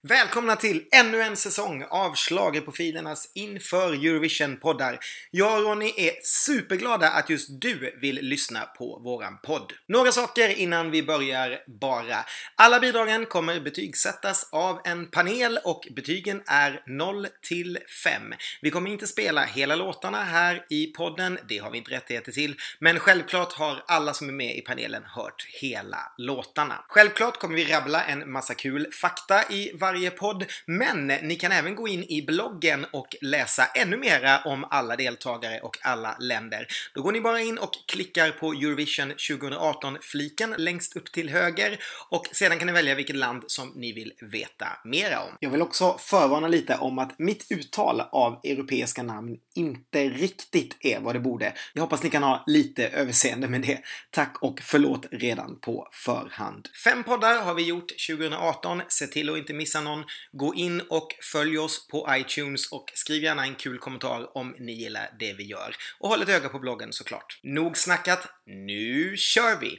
Välkomna till ännu en säsong av Schlagerprofilernas inför Eurovision-poddar. Jag och Ronny är superglada att just du vill lyssna på våran podd. Några saker innan vi börjar bara. Alla bidragen kommer betygsättas av en panel och betygen är 0 till 5. Vi kommer inte spela hela låtarna här i podden, det har vi inte rättigheter till. Men självklart har alla som är med i panelen hört hela låtarna. Självklart kommer vi rabbla en massa kul fakta i varje podd, men ni kan även gå in i bloggen och läsa ännu mera om alla deltagare och alla länder. Då går ni bara in och klickar på Eurovision 2018-fliken längst upp till höger och sedan kan ni välja vilket land som ni vill veta mera om. Jag vill också förvarna lite om att mitt uttal av europeiska namn inte riktigt är vad det borde. Jag hoppas ni kan ha lite överseende med det. Tack och förlåt redan på förhand. 5 poddar har vi gjort 2018. Se till att inte missa någon. Gå in och följ oss på iTunes och skriv gärna en kul kommentar om ni gillar det vi gör. Och håll ett öga på bloggen såklart. Nog snackat, nu kör vi!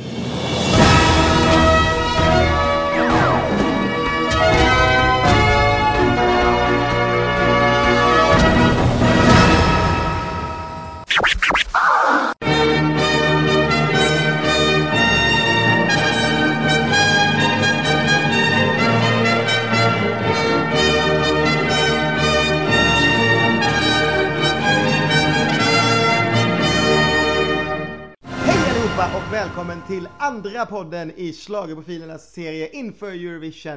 Och välkommen till andra podden i Schlagerprofilernas serie inför Eurovision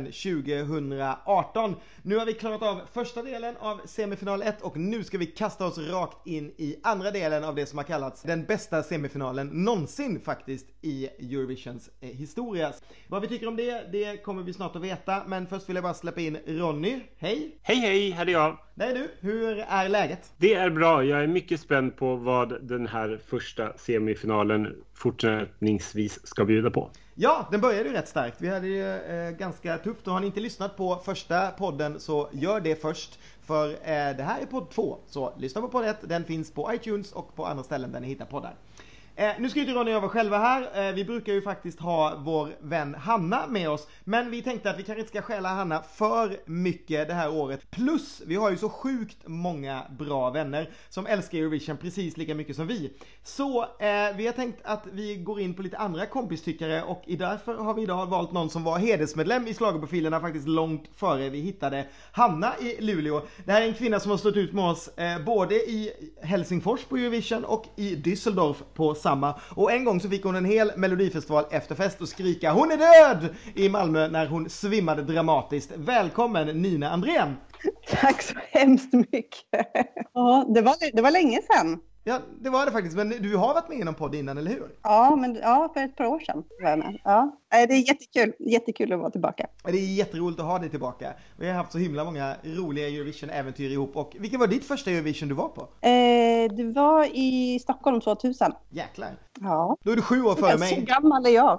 2018. Nu har vi klarat av första delen av semifinal 1 och nu ska vi kasta oss rakt in i andra delen av det som har kallats den bästa semifinalen någonsin faktiskt i Eurovisions historia. Vad vi tycker om det kommer vi snart att veta, men först vill jag bara släppa in Ronny. Hej! Hej, här är jag. Där är du. Hur är läget? Det är bra. Jag är mycket spänd på vad den här första semifinalen fortsättningsvis ska bjuda på. Ja, den började ju rätt starkt. Vi hade ju ganska tufft och har ni inte lyssnat på första podden så gör det först. För det här är podd 2, så lyssna på podd 1. Den finns på iTunes och på andra ställen där ni hittar poddar. Nu ska ju inte Ronny och jag vara själva här. Vi brukar ju faktiskt ha vår vän Hanna med oss. Men vi tänkte att vi kanske inte ska stjäla Hanna för mycket det här året. Plus, vi har ju så sjukt många bra vänner som älskar Eurovision precis lika mycket som vi. Så vi har tänkt att vi går in på lite andra kompistyckare. Och därför har vi idag valt någon som var hedersmedlem i Schlagerprofilerna faktiskt långt före vi hittade Hanna i Luleå. Det här är en kvinna som har stått ut med oss både i Helsingfors på Eurovision och i Düsseldorf på samma. Och en gång så fick hon en hel Melodifestival efterfest och skrika "Hon är död!" i Malmö när hon svimmade dramatiskt. Välkommen Nina Andrén! Tack så hemskt mycket. Ja, det var länge sedan. Ja, det var det faktiskt. Men du har varit med i någon podd innan, eller hur? Ja, för ett par år sedan var jag med. Ja, det är jättekul att vara tillbaka. Det är jätteroligt att ha dig tillbaka. Vi har haft så himla många roliga Eurovision-äventyr ihop. Och vilken var ditt första Eurovision du var på? Det var i Stockholm 2000. Jäklar. Ja. Då är du 7 år före mig. Så gammal är jag.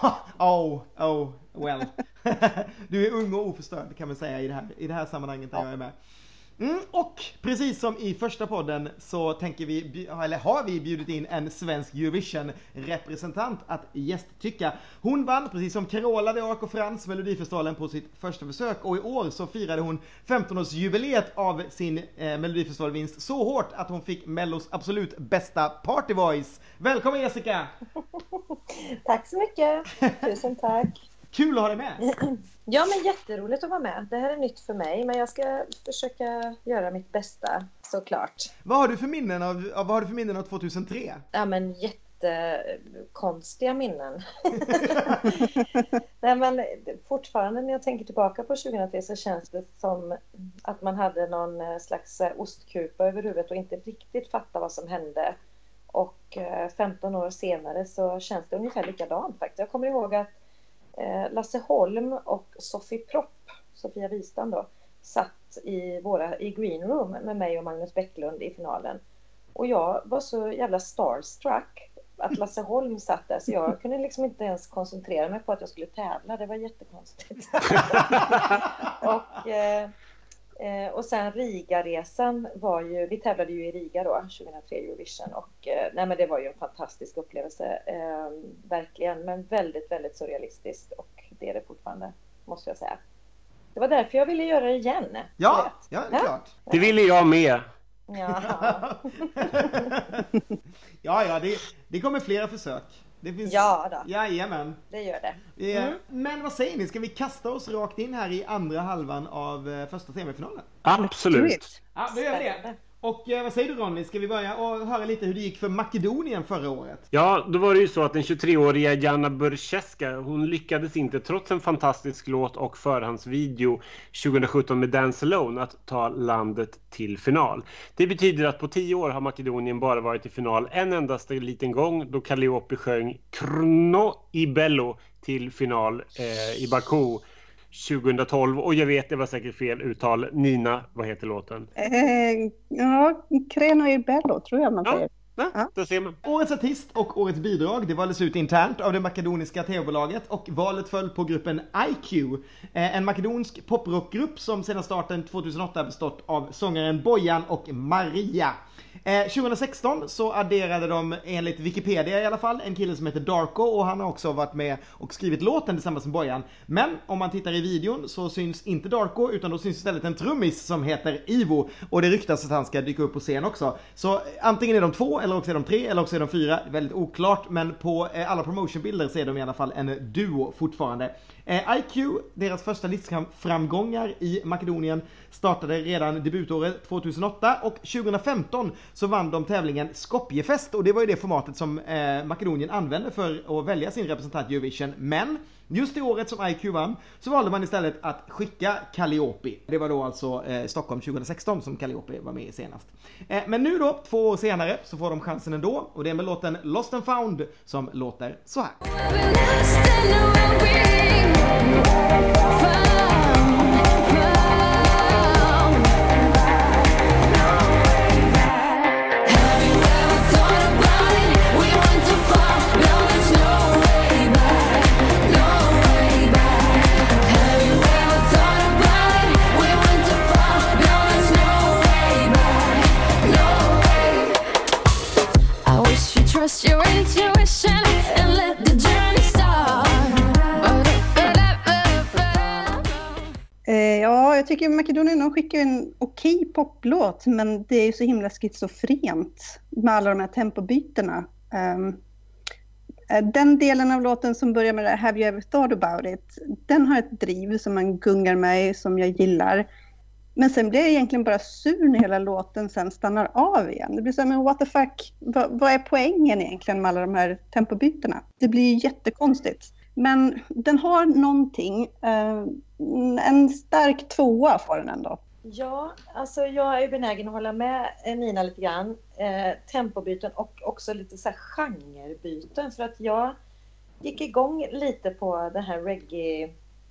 Well. Du är ung och oförstörd kan man säga i det här sammanhanget där jag är med. Och precis som i första podden så har vi bjudit in en svensk Eurovision-representant att gästtycka. Hon vann precis som Carola de Arc och Frans Melodifestivalen på sitt första försök och i år så firade hon 15-årsjubileet av sin Melodifestivalvinst så hårt att hon fick Mellos absolut bästa party voice. Välkommen Jessica! Tack så mycket! Tusen tack! Kul att ha dig med! Ja, men jätteroligt att vara med. Det här är nytt för mig, men jag ska försöka göra mitt bästa, såklart. Vad har du för minnen av 2003? Ja, men jättekonstiga minnen. Nej, men fortfarande när jag tänker tillbaka på 2003 så känns det som att man hade någon slags ostkupa över huvudet och inte riktigt fatta vad som hände. Och 15 år senare så känns det ungefär likadant faktiskt. Jag kommer ihåg att Lasse Holm och Sofia Wistam då satt i green room med mig och Magnus Bäcklund i finalen. Och jag var så jävla starstruck att Lasse Holm satt där så jag kunde liksom inte ens koncentrera mig på att jag skulle tävla. Det var jättekonstigt. Och sen Riga-resan var ju, vi tävlade ju i Riga då 2003 Eurovision och nej men det var ju en fantastisk upplevelse verkligen, men väldigt, väldigt surrealistiskt och det är det fortfarande måste jag säga. Det var därför jag ville göra det igen. Ja, det är klart. Det ville jag med. Ja. Ja, det kommer flera försök. Det finns... Ja då. Jajamän. Det gör det. Men vad säger ni? Ska vi kasta oss rakt in här i andra halvan av första semifinalen? Absolut. Ja, då gör vi det. Och vad säger du, Ronny? Ska vi börja och höra lite hur det gick för Makedonien förra året? Ja, då var det ju så att den 23-åriga Jana Burcheska, hon lyckades inte trots en fantastisk låt och förhandsvideo 2017 med Dance Alone att ta landet till final. Det betyder att på 10 år har Makedonien bara varit i final en endaste liten gång då Calliope sjöng Krno i Bello till final i Baku 2012, och jag vet, det var säkert fel uttal. Nina, vad heter låten? Ja, Kreno i Bello tror jag man säger. Ja, det ser man. Årets artist och årets bidrag, det valdes ut internt av det makedoniska tv-bolaget och valet föll på gruppen IQ. En makedonsk poprockgrupp som sedan starten 2008 bestått av sångaren Bojan och Maria. 2016 så adderade de enligt Wikipedia i alla fall en kille som heter Darko, och han har också varit med och skrivit låten tillsammans med Bojan. Men om man tittar i videon så syns inte Darko, utan då syns istället en trummis som heter Ivo, och det ryktas att han ska dyka upp på scen också. Så antingen är de 2 eller också är de 3 eller också är de 4, väldigt oklart, men på alla promotionbilder så är de i alla fall en duo fortfarande. IQ, deras första listframgångar i Makedonien, startade redan debutåret 2008, och 2015 så vann de tävlingen Skopjefest, och det var ju det formatet som Makedonien använde för att välja sin representant i Eurovision. Men just i året som IQ vann så valde man istället att skicka Calliope. Det var då alltså Stockholm 2016 som Calliope var med i senast. Men nu då, 2 år senare, så får de chansen ändå, och det är med låten Lost and Found som låter så här. Trust your intuition and let the journey start. Ja, jag tycker Makedonien skickar en okej poplåt, men det är ju så himla schizofrent med alla de här tempobytena. Den delen av låten som börjar med det, Have you ever thought about it, den har ett driv som man gungar med, som jag gillar. Men sen blir jag egentligen bara sur när hela låten sen stannar av igen. Det blir så här, men what the fuck, vad är poängen egentligen med alla de här tempobytena? Det blir ju jättekonstigt. Men den har någonting, en stark 2 får den ändå. Ja, alltså jag är ju benägen att hålla med Nina lite grann. Tempobyten och också lite så här genrebyten. För att jag gick igång lite på den här reggae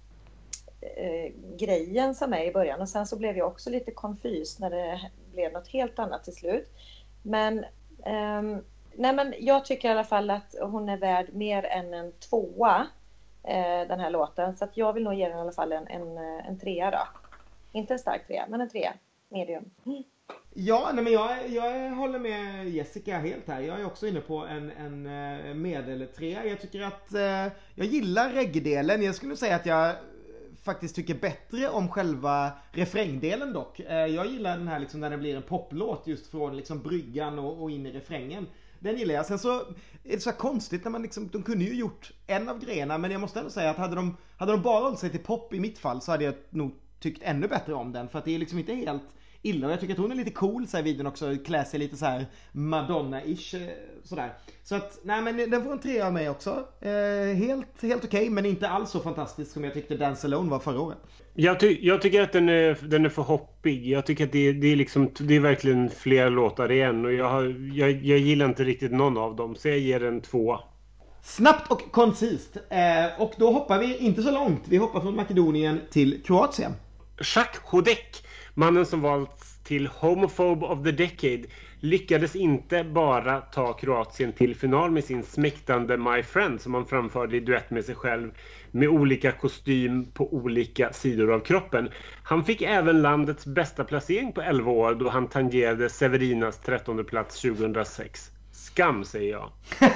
grejen som är i början, och sen så blev jag också lite konfys när det blev något helt annat till slut. Men men jag tycker i alla fall att hon är värd mer än en 2, den här låten, så att jag vill nog ge den i alla fall en 3 då. Inte en stark 3, men en 3 medium. Ja, nej, men jag håller med Jessica helt här. Jag är också inne på en medel 3. Jag tycker att jag gillar reggae-delen. Jag skulle säga att jag faktiskt tycker bättre om själva refrängdelen dock. Jag gillar den här liksom när det blir en poplåt just från liksom bryggan och in i refrängen. Den gillar jag. Sen så är det så konstigt när man liksom, de kunde ju gjort en av grejerna, men jag måste ändå säga att hade de bara hållit sig till pop i mitt fall så hade jag nog tyckt ännu bättre om den, för att det är liksom inte helt illa, och jag tycker att hon är lite cool så här i videon också, klär sig lite så här Madonna-ish sådär. Så att, nej, men den får en 3 av mig också. Helt okej, men inte alls så fantastisk som jag tyckte Dance Alone var förra året. Jag tycker att den är för hoppig. Jag tycker att det är verkligen fler låtar igen, och jag gillar inte riktigt någon av dem, så jag ger den 2. Snabbt och koncist. Och då hoppar vi inte så långt. Vi hoppar från Makedonien till Kroatien. Jacques Houdek, mannen som valts till Homophobe of the Decade, lyckades inte bara ta Kroatien till final med sin smäktande My Friend som han framförde i duett med sig själv med olika kostym på olika sidor av kroppen. Han fick även landets bästa placering på 11 år då han tangerade Severinas 13:e plats 2006. Skam, säger jag.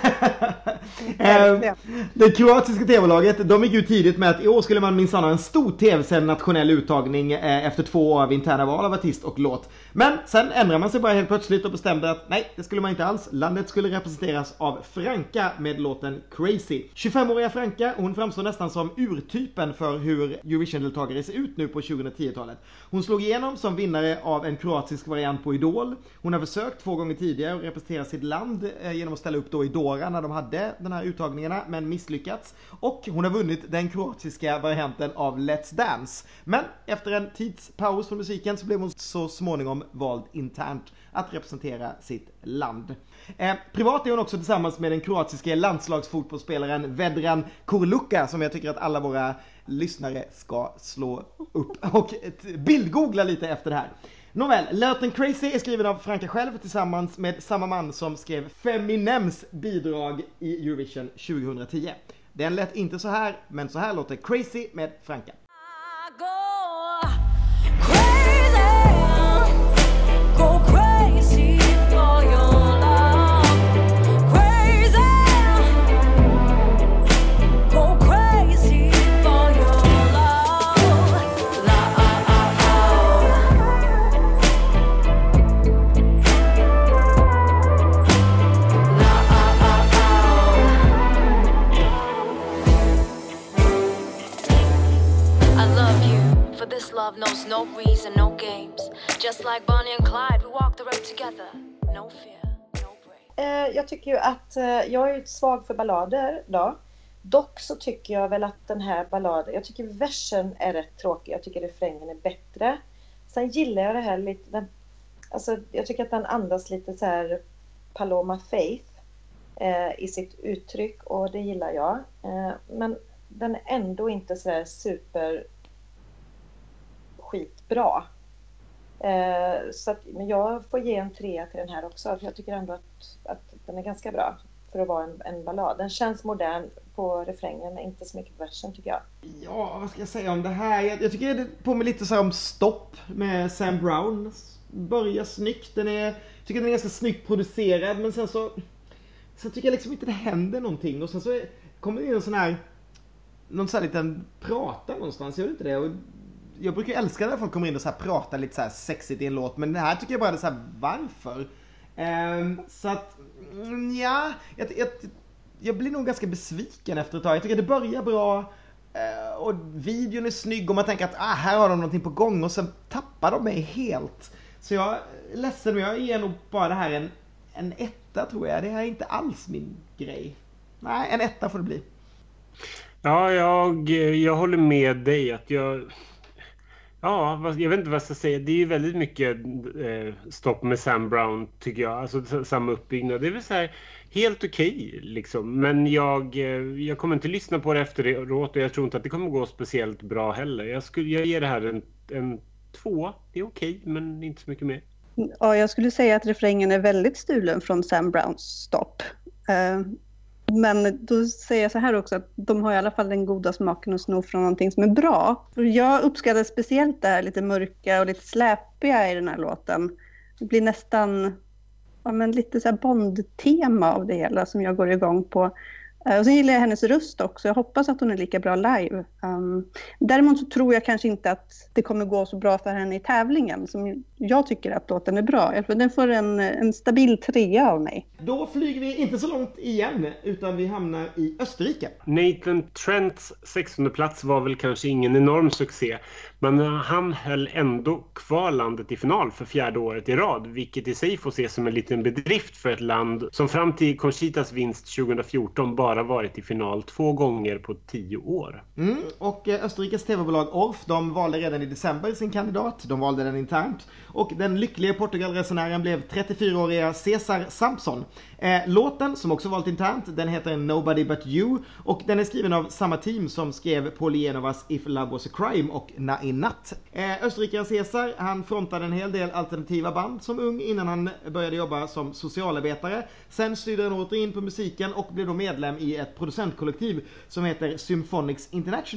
Det kroatiska tv-bolaget, de gick ut tidigt med att i år skulle man minsann ha en stor tv-sänd nationell uttagning efter 2 år av interna val av artist och låt. Men sen ändrade man sig bara helt plötsligt och bestämde att nej, det skulle man inte alls. Landet skulle representeras av Franka med låten Crazy. 25-åriga Franka, hon framstår nästan som urtypen för hur Eurovision-deltagare ser ut nu på 2010-talet. Hon slog igenom som vinnare av en kroatisk variant på Idol. Hon har försökt 2 gånger tidigare att representera sitt land genom att ställa upp då i Dora när de hade den här uttagningarna, men misslyckats. Och hon har vunnit den kroatiska varianten av Let's Dance. Men efter en tidspaus från musiken så blev hon så småningom vald internt att representera sitt land. Privat är hon också tillsammans med den kroatiska landslagsfotbollsspelaren Vedran Kurluka, som jag tycker att alla våra lyssnare ska slå upp och bildgoogla lite efter det här. Nåväl, låten Crazy är skriven av Franka själv tillsammans med samma man som skrev Feminems bidrag i Eurovision 2010. Den lät inte så här, men så här låter Crazy med Franka. Love knows no reason, no games. Just like Bonnie and Clyde, we walk the road together. No fear, no break. Jag tycker ju att jag är svag för ballader då. Dock så tycker jag väl att den här balladen, jag tycker versen är rätt tråkig. Jag tycker refrängen är bättre. Sen gillar jag det här lite, alltså jag tycker att den andas lite så här Paloma Faith i sitt uttryck, och det gillar jag. Men den är ändå inte så där super skitbra. Så att, men jag får ge en 3 till den här också, för jag tycker ändå att den är ganska bra för att vara en ballad. Den känns modern på refrängen, inte så mycket på versen tycker jag. Ja, vad ska jag säga om det här? Jag tycker det påminner lite så här om Stopp med Sam Brown. Börjar snyggt, jag tycker den är ganska snyggt producerad, men sen tycker jag liksom inte det händer någonting, och sen så kommer det in någon sån här liten prata någonstans, gör det inte det? Och jag brukar älska när folk kommer in och så här pratar lite så här sexigt i en låt, men det här tycker jag bara är så här, varför? Så att, ja, jag blir nog ganska besviken efter ett tag. Jag tycker det börjar bra, och videon är snygg, och man tänker att här har de någonting på gång, och sen tappar de mig helt. Så jag är ledsen, men jag ger nog bara det här en 1, tror jag. Det här är inte alls min grej. Nej, en 1 får det bli. Ja, jag håller med dig att jag vet inte vad jag ska säga. Det är ju väldigt mycket stopp med Sam Brown, tycker jag. Alltså samma uppbyggnad. Det är väl så här helt okej, liksom. Men jag kommer inte lyssna på det efteråt, och jag tror inte att det kommer gå speciellt bra heller. Jag ger det här en 2. Det är okej, men inte så mycket mer. Ja, jag skulle säga att refrängen är väldigt stulen från Sam Browns stopp. Men då säger jag så här också, att de har i alla fall den goda smaken att sno från någonting som är bra. Jag uppskattar speciellt det här lite mörka och lite släpiga i den här låten. Det blir nästan lite så här Bond-tema av det hela som jag går igång på. Och sen gillar jag hennes röst också. Jag hoppas att hon är lika bra live. Däremot så tror jag kanske inte att det kommer gå så bra för henne i tävlingen som jag tycker att låten är bra. Den får en stabil 3 av mig. Då flyger vi inte så långt igen, utan vi hamnar i Österrike. Nathan Trents 16:e plats var väl kanske ingen enorm succé, men han höll ändå kvar landet i final för 4:e året i rad, vilket i sig får ses som en liten bedrift för ett land som fram till Conchitas vinst 2014 bara varit i final 2 gånger på 10 år. Och Österrikes tv-bolag Orf, de valde redan i december sin kandidat. De valde den internt. Och den lyckliga Portugalresenären blev 34-åriga Cesar Sampson. Låten, som också valt internt, den heter Nobody But You, och den är skriven av samma team som skrev Paul Genovas If Love Was A Crime och Na In Natt. Österrikaren Cesar, han frontade en hel del alternativa band som ung innan han började jobba som socialarbetare. Sen styrde han åter in på musiken och blev då medlem i ett producentkollektiv som heter Symphonics International.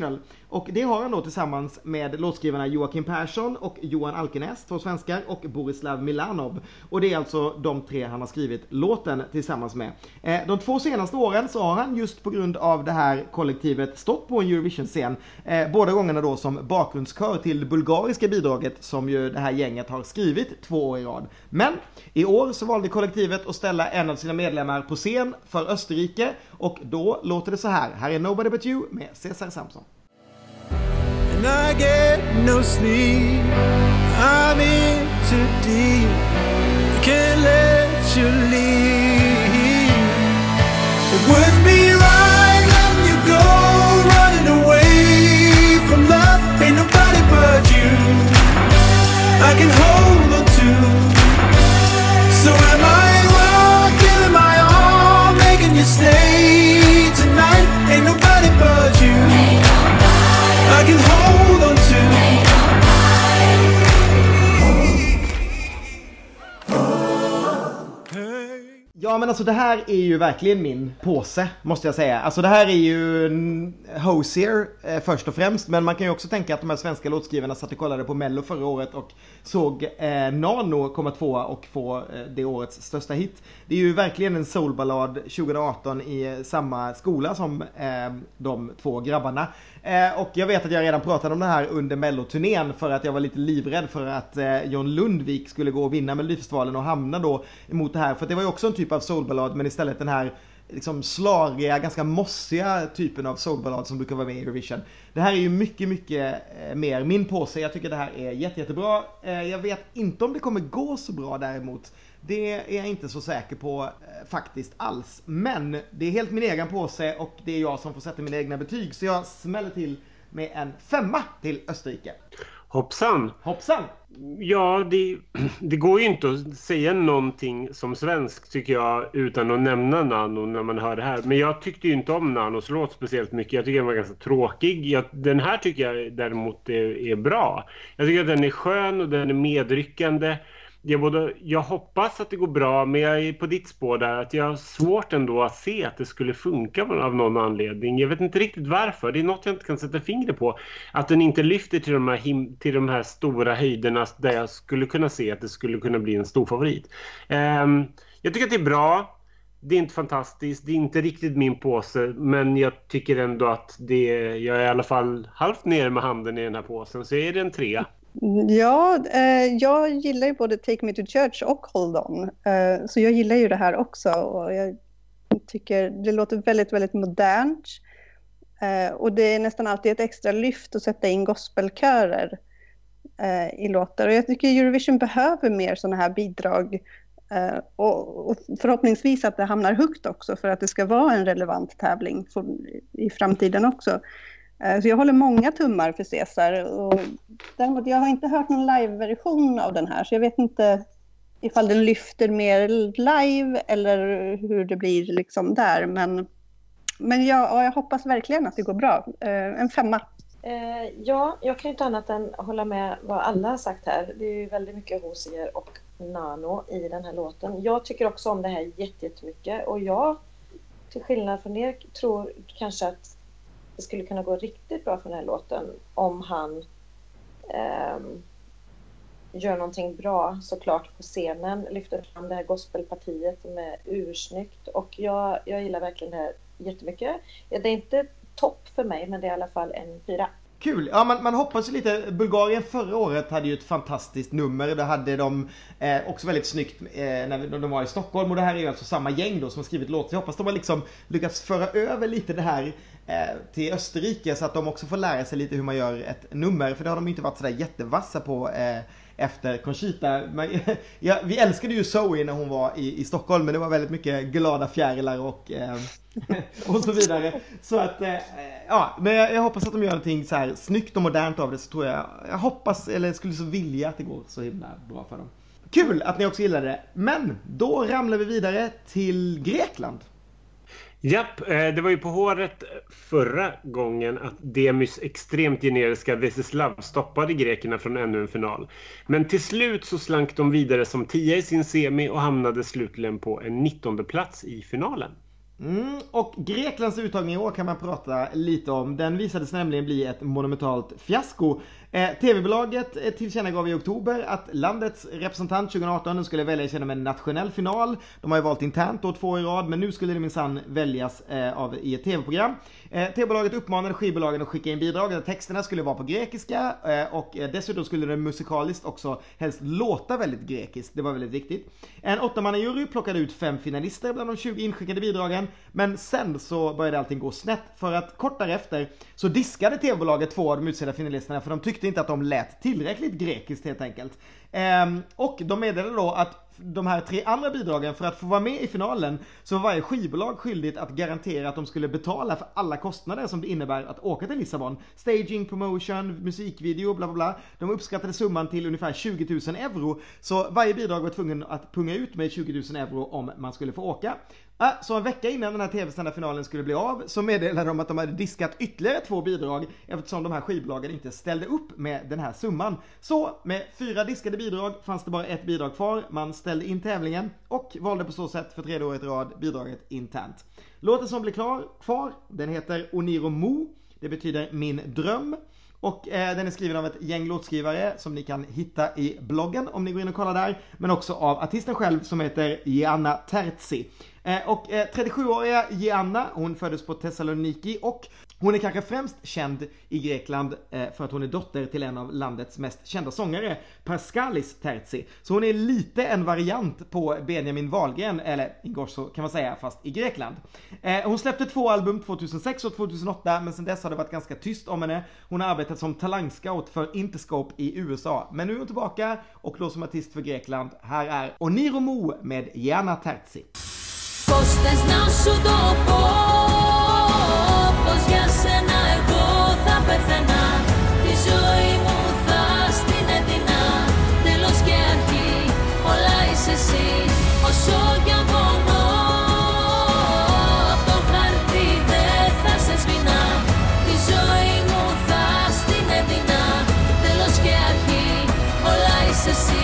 Och det har han då tillsammans med låtskrivarna Joakim Persson och Johan Alkenäs, 2 svenskar, och Borislav Milanov. Och det är alltså de 3 han har skrivit låten tillsammans med. De 2 senaste åren så har han just på grund av det här kollektivet stått på en Eurovision-scen. Båda gångerna då som bakgrundskör till det bulgariska bidraget som ju det här gänget har skrivit 2 år i rad. Men i år så valde kollektivet att ställa en av sina medlemmar på scen för Österrike, och då låter det så här. Här är Nobody But You med Cesar Samson. And I get no sleep, I'm in too deep, can't let you leave. It wouldn't be right letting you go, running away from love. Ain't nobody but you I can hold on to. So am I wrong, giving my all, making you stay tonight? Ain't nobody but you I can hold on to. Ja, men alltså det här är ju verkligen min påse, måste jag säga. Alltså det här är ju Hozier först och främst, men man kan ju också tänka att de här svenska låtskrivarna satt och kollade på Mello förra året och såg Nano komma 2 och få det årets största hit. Det är ju verkligen en soulballad 2018 i samma skola som de 2 grabbarna. Och jag vet att jag redan pratade om det här under Mello-turnén för att jag var lite livrädd för att John Lundvik skulle gå och vinna Melodifestivalen och hamna då emot det här. För det var ju också en typ av soulballad, men istället den här liksom slagiga, ganska mossiga typen av soulballad som brukar vara med i Eurovision. Det här är ju mycket, mycket mer min påse. Jag tycker det här är jättebra. Jag vet inte om det kommer gå så bra däremot. Det är jag inte så säker på faktiskt alls. Men det är helt min egen påse och det är jag som får sätta mina egna betyg. Så jag smäller till med en 5 till Österrike. Hoppsan! Hoppsan! Ja, det går ju inte att säga någonting som svensk tycker jag utan att nämna Nano när man hör det här. Men jag tyckte ju inte om Nanos låt speciellt mycket. Jag tycker den var ganska tråkig. Den här tycker jag däremot är bra. Jag tycker att den är skön och den är medryckande. Jag hoppas att det går bra, men jag är på ditt spår där att jag har svårt ändå att se att det skulle funka av någon anledning. Jag vet inte riktigt varför. Det är något jag inte kan sätta fingret på. Att den inte lyfter till de här stora höjderna där jag skulle kunna se att det skulle kunna bli en stor favorit. Jag tycker att det är bra. Det är inte fantastiskt. Det är inte riktigt min påse, men jag tycker ändå att jag är i alla fall halvt ner med handen i den här påsen, så är det en 3. Ja, jag gillar ju både Take Me to Church och Hold On. Så jag gillar ju det här också. Och jag tycker det låter väldigt, väldigt modernt. Och det är nästan alltid ett extra lyft att sätta in gospelkörer i låtar. Och jag tycker Eurovision behöver mer sådana här bidrag. Och förhoppningsvis att det hamnar högt också för att det ska vara en relevant tävling i framtiden också. Så jag håller många tummar för Cesar. Och däremot jag har inte hört någon live-version av den här. Så jag vet inte ifall den lyfter mer live eller hur det blir liksom där. Men jag hoppas verkligen att det går bra. En 5. Ja, jag kan ju inte annat än hålla med vad alla har sagt här. Det är ju väldigt mycket Hozier och Nano i den här låten. Jag tycker också om det här jättemycket. Och jag, till skillnad från er, tror kanske att det skulle kunna gå riktigt bra för den här låten om han gör någonting bra såklart på scenen, lyfter fram det här gospelpartiet som är ursnyggt, och jag gillar verkligen det här jättemycket. Det är inte topp för mig, men det är i alla fall en 4. Kul! Ja, man hoppas ju lite. Bulgarien förra året hade ju ett fantastiskt nummer. Det hade de också väldigt snyggt när de var i Stockholm. Och det här är ju alltså samma gäng då som har skrivit låt. Jag hoppas de har liksom lyckats föra över lite det här till Österrike, så att de också får lära sig lite hur man gör ett nummer. För det har de ju inte varit sådär jättevassa på efter Conchita. Vi älskade ju Zoe när hon var i Stockholm, men det var väldigt mycket glada fjärilar och så vidare. Så att men jag hoppas att de gör någonting så här snyggt och modernt av det, så tror jag hoppas, eller skulle så vilja att det går så himla bra för dem. Kul att ni också gillade det. Men då ramlar vi vidare till Grekland. Japp, det var ju på håret förra gången att Demys extremt generiska This is Love stoppade grekerna från ännu en final. Men till slut så slank de vidare som 10 i sin semi och hamnade slutligen på en 19:e plats i finalen. Och Greklands uttagning i år kan man prata lite om. Den visade sig nämligen bli ett monumentalt fiasko. TV-bolaget tillkännagav i oktober att landets representant 2018 skulle väljas genom en nationell final. De har ju valt internt då 2 i rad, men nu skulle det minsann väljas i ett tv-program. TV-bolaget uppmanade skivbolagen att skicka in bidrag där texterna skulle vara på grekiska och dessutom skulle det musikaliskt också helst låta väldigt grekiskt. Det var väldigt viktigt. En 8-mannajury plockade ut 5 finalister bland de 20 inskickade bidragen, men sen så började allting gå snett för att kort därefter så diskade TV-bolaget 2 av de utsedda finalisterna för de tyckte inte att de lät tillräckligt grekiskt helt enkelt. Och de meddelade då att de här 3 andra bidragen, för att få vara med i finalen så var varje skivbolag skyldigt att garantera att de skulle betala för alla kostnader som det innebär att åka till Lissabon. Staging, promotion, musikvideo, bla bla bla. De uppskattade summan till ungefär 20 000 euro. Så varje bidrag var tvungen att punga ut med 20 000 euro om man skulle få åka. Så en vecka innan den här tv-sända finalen skulle bli av så meddelade de att de hade diskat ytterligare 2 bidrag eftersom de här skivbolagen inte ställde upp med den här summan. Så med 4 diskade bidrag fanns det bara ett bidrag kvar. Man ställde in tävlingen och valde på så sätt för 3:e året i rad bidraget internt. Låten som blir kvar, den heter Oniro Mo. Det betyder min dröm. Och den är skriven av ett gäng låtskrivare som ni kan hitta i bloggen om ni går in och kollar där. Men också av artisten själv som heter Gianna Terzi. Och 37-åriga Gianna, hon föddes på Thessaloniki och hon är kanske främst känd i Grekland för att hon är dotter till en av landets mest kända sångare, Paskalis Terzi. Så hon är lite en variant på Benjamin Wahlgren, eller Ingrosso kan man säga, fast i Grekland. Hon släppte 2 album 2006 och 2008, men sen dess har det varit ganska tyst om henne. Hon har arbetat som talangscout för Interscope i USA. Men nu är hon tillbaka och då som artist för Grekland. Här är Oniro Mo med Gianna Terzi. Πώς θες να σου το πω, πως για σένα εγώ θα πεθαίνα. Τη ζωή μου θα στην έδινα, τέλος και αρχή, όλα είσαι εσύ. Όσο κι αν πονώ, απ' το χαρτί δεν θα σε σβηνά. Τη ζωή μου θα στην έδινα, τέλος και αρχή, όλα είσαι εσύ.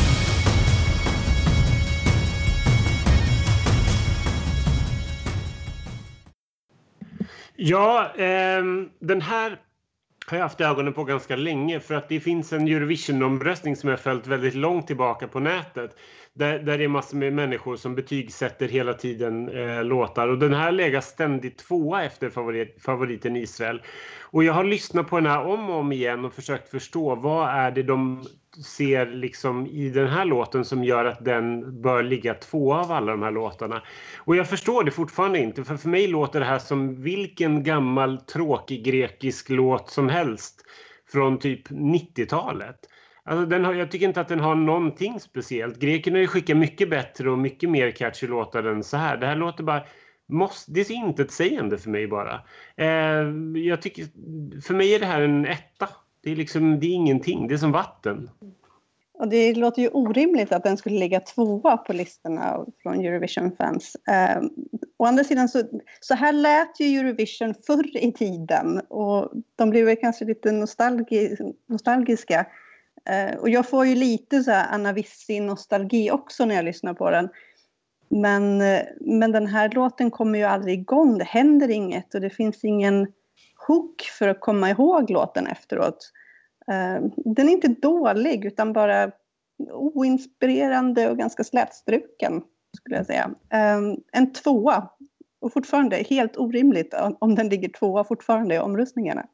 Ja, den här har jag haft ögonen på ganska länge för att det finns en Eurovision-omröstning som jag följt väldigt långt tillbaka på nätet. Där det är massor med människor som betygsätter hela tiden låtar. Och den här lägger ständigt 2 efter favoriten Israel. Och jag har lyssnat på den här om och om igen och försökt förstå vad är det de ser liksom i den här låten som gör att den bör ligga 2 av alla de här låtarna. Och jag förstår det fortfarande inte, för mig låter det här som vilken gammal tråkig grekisk låt som helst från typ 90-talet. Alltså jag tycker inte att den har någonting speciellt. Grekerna har ju skickat mycket bättre och mycket mer catchy låtar än så här. Det här låter bara... det är inte ett sägande för mig bara. Jag tycker, för mig är det här en 1. Det är ingenting, det är som vatten. Och det låter ju orimligt att den skulle ligga 2 på listorna från Eurovision-fans. Å andra sidan så här lät ju Eurovision förr i tiden. Och de blev väl kanske lite nostalgiska. Och jag får ju lite så här Anna Vissi-nostalgi också när jag lyssnar på den. Men den här låten kommer ju aldrig igång. Det händer inget och det finns ingen hook för att komma ihåg låten efteråt. Den är inte dålig utan bara oinspirerande och ganska slätstruken skulle jag säga. En 2 och fortfarande helt orimligt om den ligger 2 fortfarande i omröstningarna.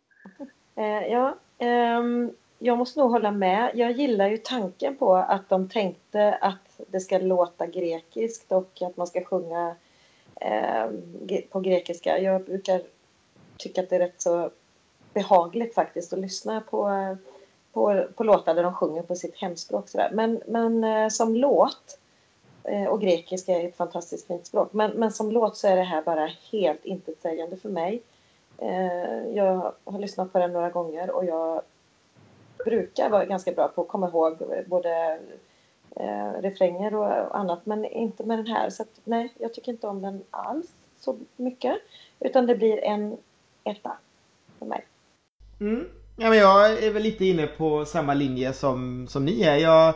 Jag måste nog hålla med. Jag gillar ju tanken på att de tänkte att det ska låta grekiskt och att man ska sjunga på grekiska. Jag brukar tycka att det är rätt så behagligt faktiskt att lyssna på låtar där de sjunger på sitt hemspråk. Men som låt, och grekiska är ett fantastiskt fint språk, men som låt så är det här bara helt intetsägande för mig. Jag har lyssnat på den några gånger och jag brukar vara ganska bra på att komma ihåg både refränger och annat, men inte med den här. Så att, nej, jag tycker inte om den alls så mycket, utan det blir en 1 för mig. Ja, men jag är väl lite inne på samma linje som ni är.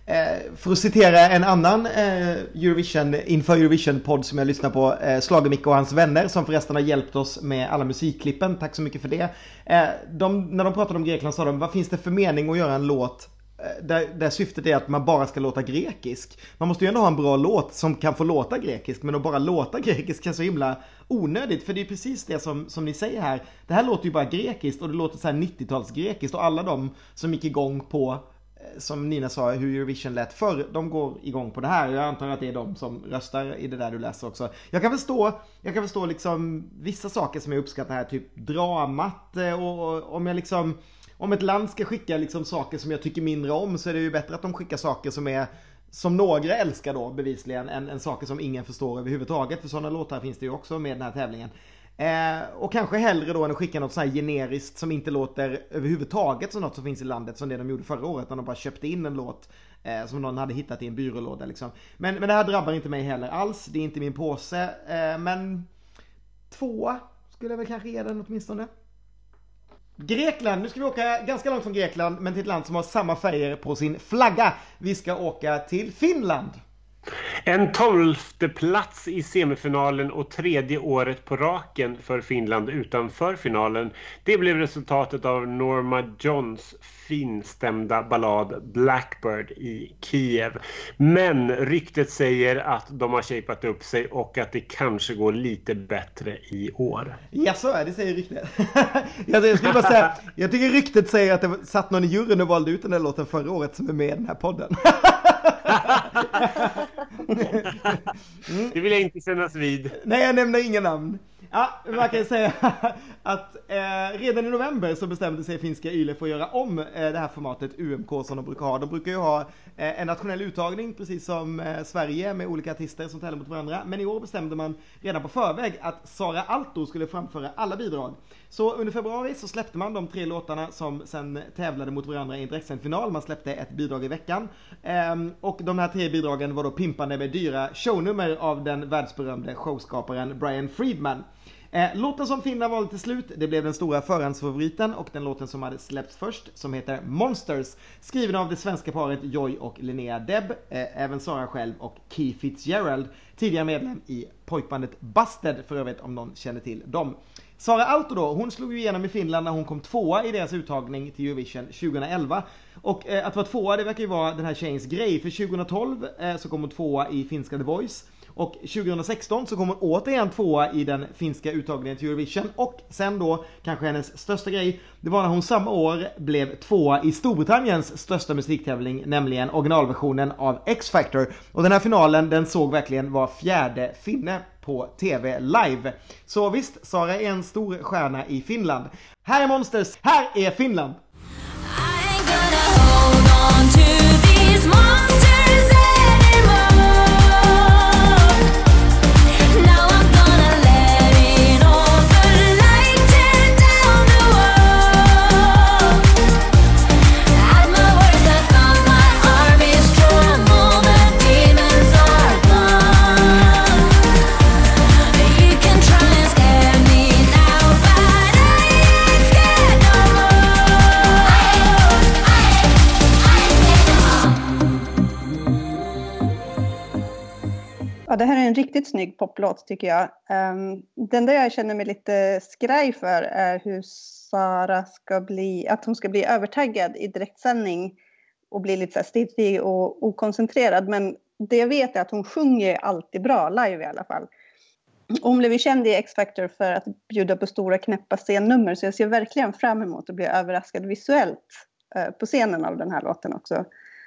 För att citera en annan inför Eurovision-podd som jag lyssnar på, Schlager-Micke och hans vänner, som förresten har hjälpt oss med alla musikklippen. Tack så mycket för det. När de pratade om Grekland sa de, vad finns det för mening att göra en låt där syftet är att man bara ska låta grekisk? Man måste ju ändå ha en bra låt som kan få låta grekisk, men att bara låta grekisk är så himla onödigt, för det är precis det som ni säger här. Det här låter ju bara grekiskt, och det låter så här 90-tals grekiskt, och alla de som gick igång på, som Nina sa, hur Eurovision lät förr, de går igång på det här. Jag antar att det är de som röstar i det där du läser också. Jag kan förstå liksom vissa saker som jag uppskattar här, typ dramat, och om ett land ska skicka liksom saker som jag tycker mindre om, så är det ju bättre att de skickar saker som några älskar då bevisligen, än saker som ingen förstår överhuvudtaget. För sådana låtar finns det ju också med den här tävlingen. Och kanske hellre då än att skicka något så här generiskt som inte låter överhuvudtaget som något som finns i landet, som det de gjorde förra året när de bara köpte in en låt som någon hade hittat i en byrålåda liksom. Men det här drabbar inte mig heller alls, det är inte min påse, men 2 skulle jag väl kanske ge den åtminstone. Grekland, nu ska vi åka ganska långt från Grekland, men till ett land som har samma färger på sin flagga. Vi ska åka till Finland. En 12:e plats i semifinalen och 3:e året på raken för Finland utanför finalen. Det blev resultatet av Norma Johns finstämda ballad Blackbird i Kiev. Men ryktet säger att de har shapat upp sig och att det kanske går lite bättre i år. Ja, så är det, säger ryktet. Jag skulle bara säga, jag tycker ryktet säger att det satt någon i juryn och valde ut den där låten förra året som är med i den här podden. Det vill jag inte kännas vid. Nej, jag nämner inga namn. Ja, man kan säga att redan i november så bestämde sig finska YLE för att göra om det här formatet UMK som de brukar ha. De brukar ju ha en nationell uttagning, precis som Sverige, med olika artister som tävlar mot varandra. Men i år bestämde man redan på förväg att Sara Alto skulle framföra alla bidrag. Så under februari så släppte man de 3 låtarna som sen tävlade mot varandra i en direktsänd final. Man släppte ett bidrag i veckan. Och de här 3 bidragen var då pimpande med dyra shownummer av den världsberömde showskaparen Brian Friedman. Låten som Finland valde till slut, det blev den stora förhandsfavoriten och den låten som hade släppts först, som heter Monsters, skriven av det svenska paret Joy och Linnea Deb, även Sara själv och Keith Fitzgerald, tidigare medlem i pojkbandet Busted, för övrigt om någon känner till dem. Sara Alto då, hon slog ju igenom i Finland när hon kom 2:a i deras uttagning till Eurovision 2011. Och att vara 2:a, det verkar ju vara den här tjejens grej, för 2012 så kom hon 2:a i finska The Voice. Och 2016 så kom hon återigen 2:a i den finska uttagningen till Eurovision. Och sen då, kanske hennes största grej, det var när hon samma år blev 2:a i Storbritanniens största musiktävling, nämligen originalversionen av X-Factor. Och den här finalen, den såg verkligen var 4:e finne på TV live. Så visst, Sara är en stor stjärna i Finland. Här är Monsters, här är Finland! Ja, det här är en riktigt snygg poplåt tycker jag. Den där jag känner mig lite skraj för är hur Sara att hon ska bli övertaggad i direktsändning och bli lite så här stirrig och okoncentrerad. Men det jag vet är att hon sjunger alltid bra live i alla fall. Hon blev ju känd i X-Factor för att bjuda på stora knäppa scennummer, så jag ser verkligen fram emot att bli överraskad visuellt på scenen av den här låten också.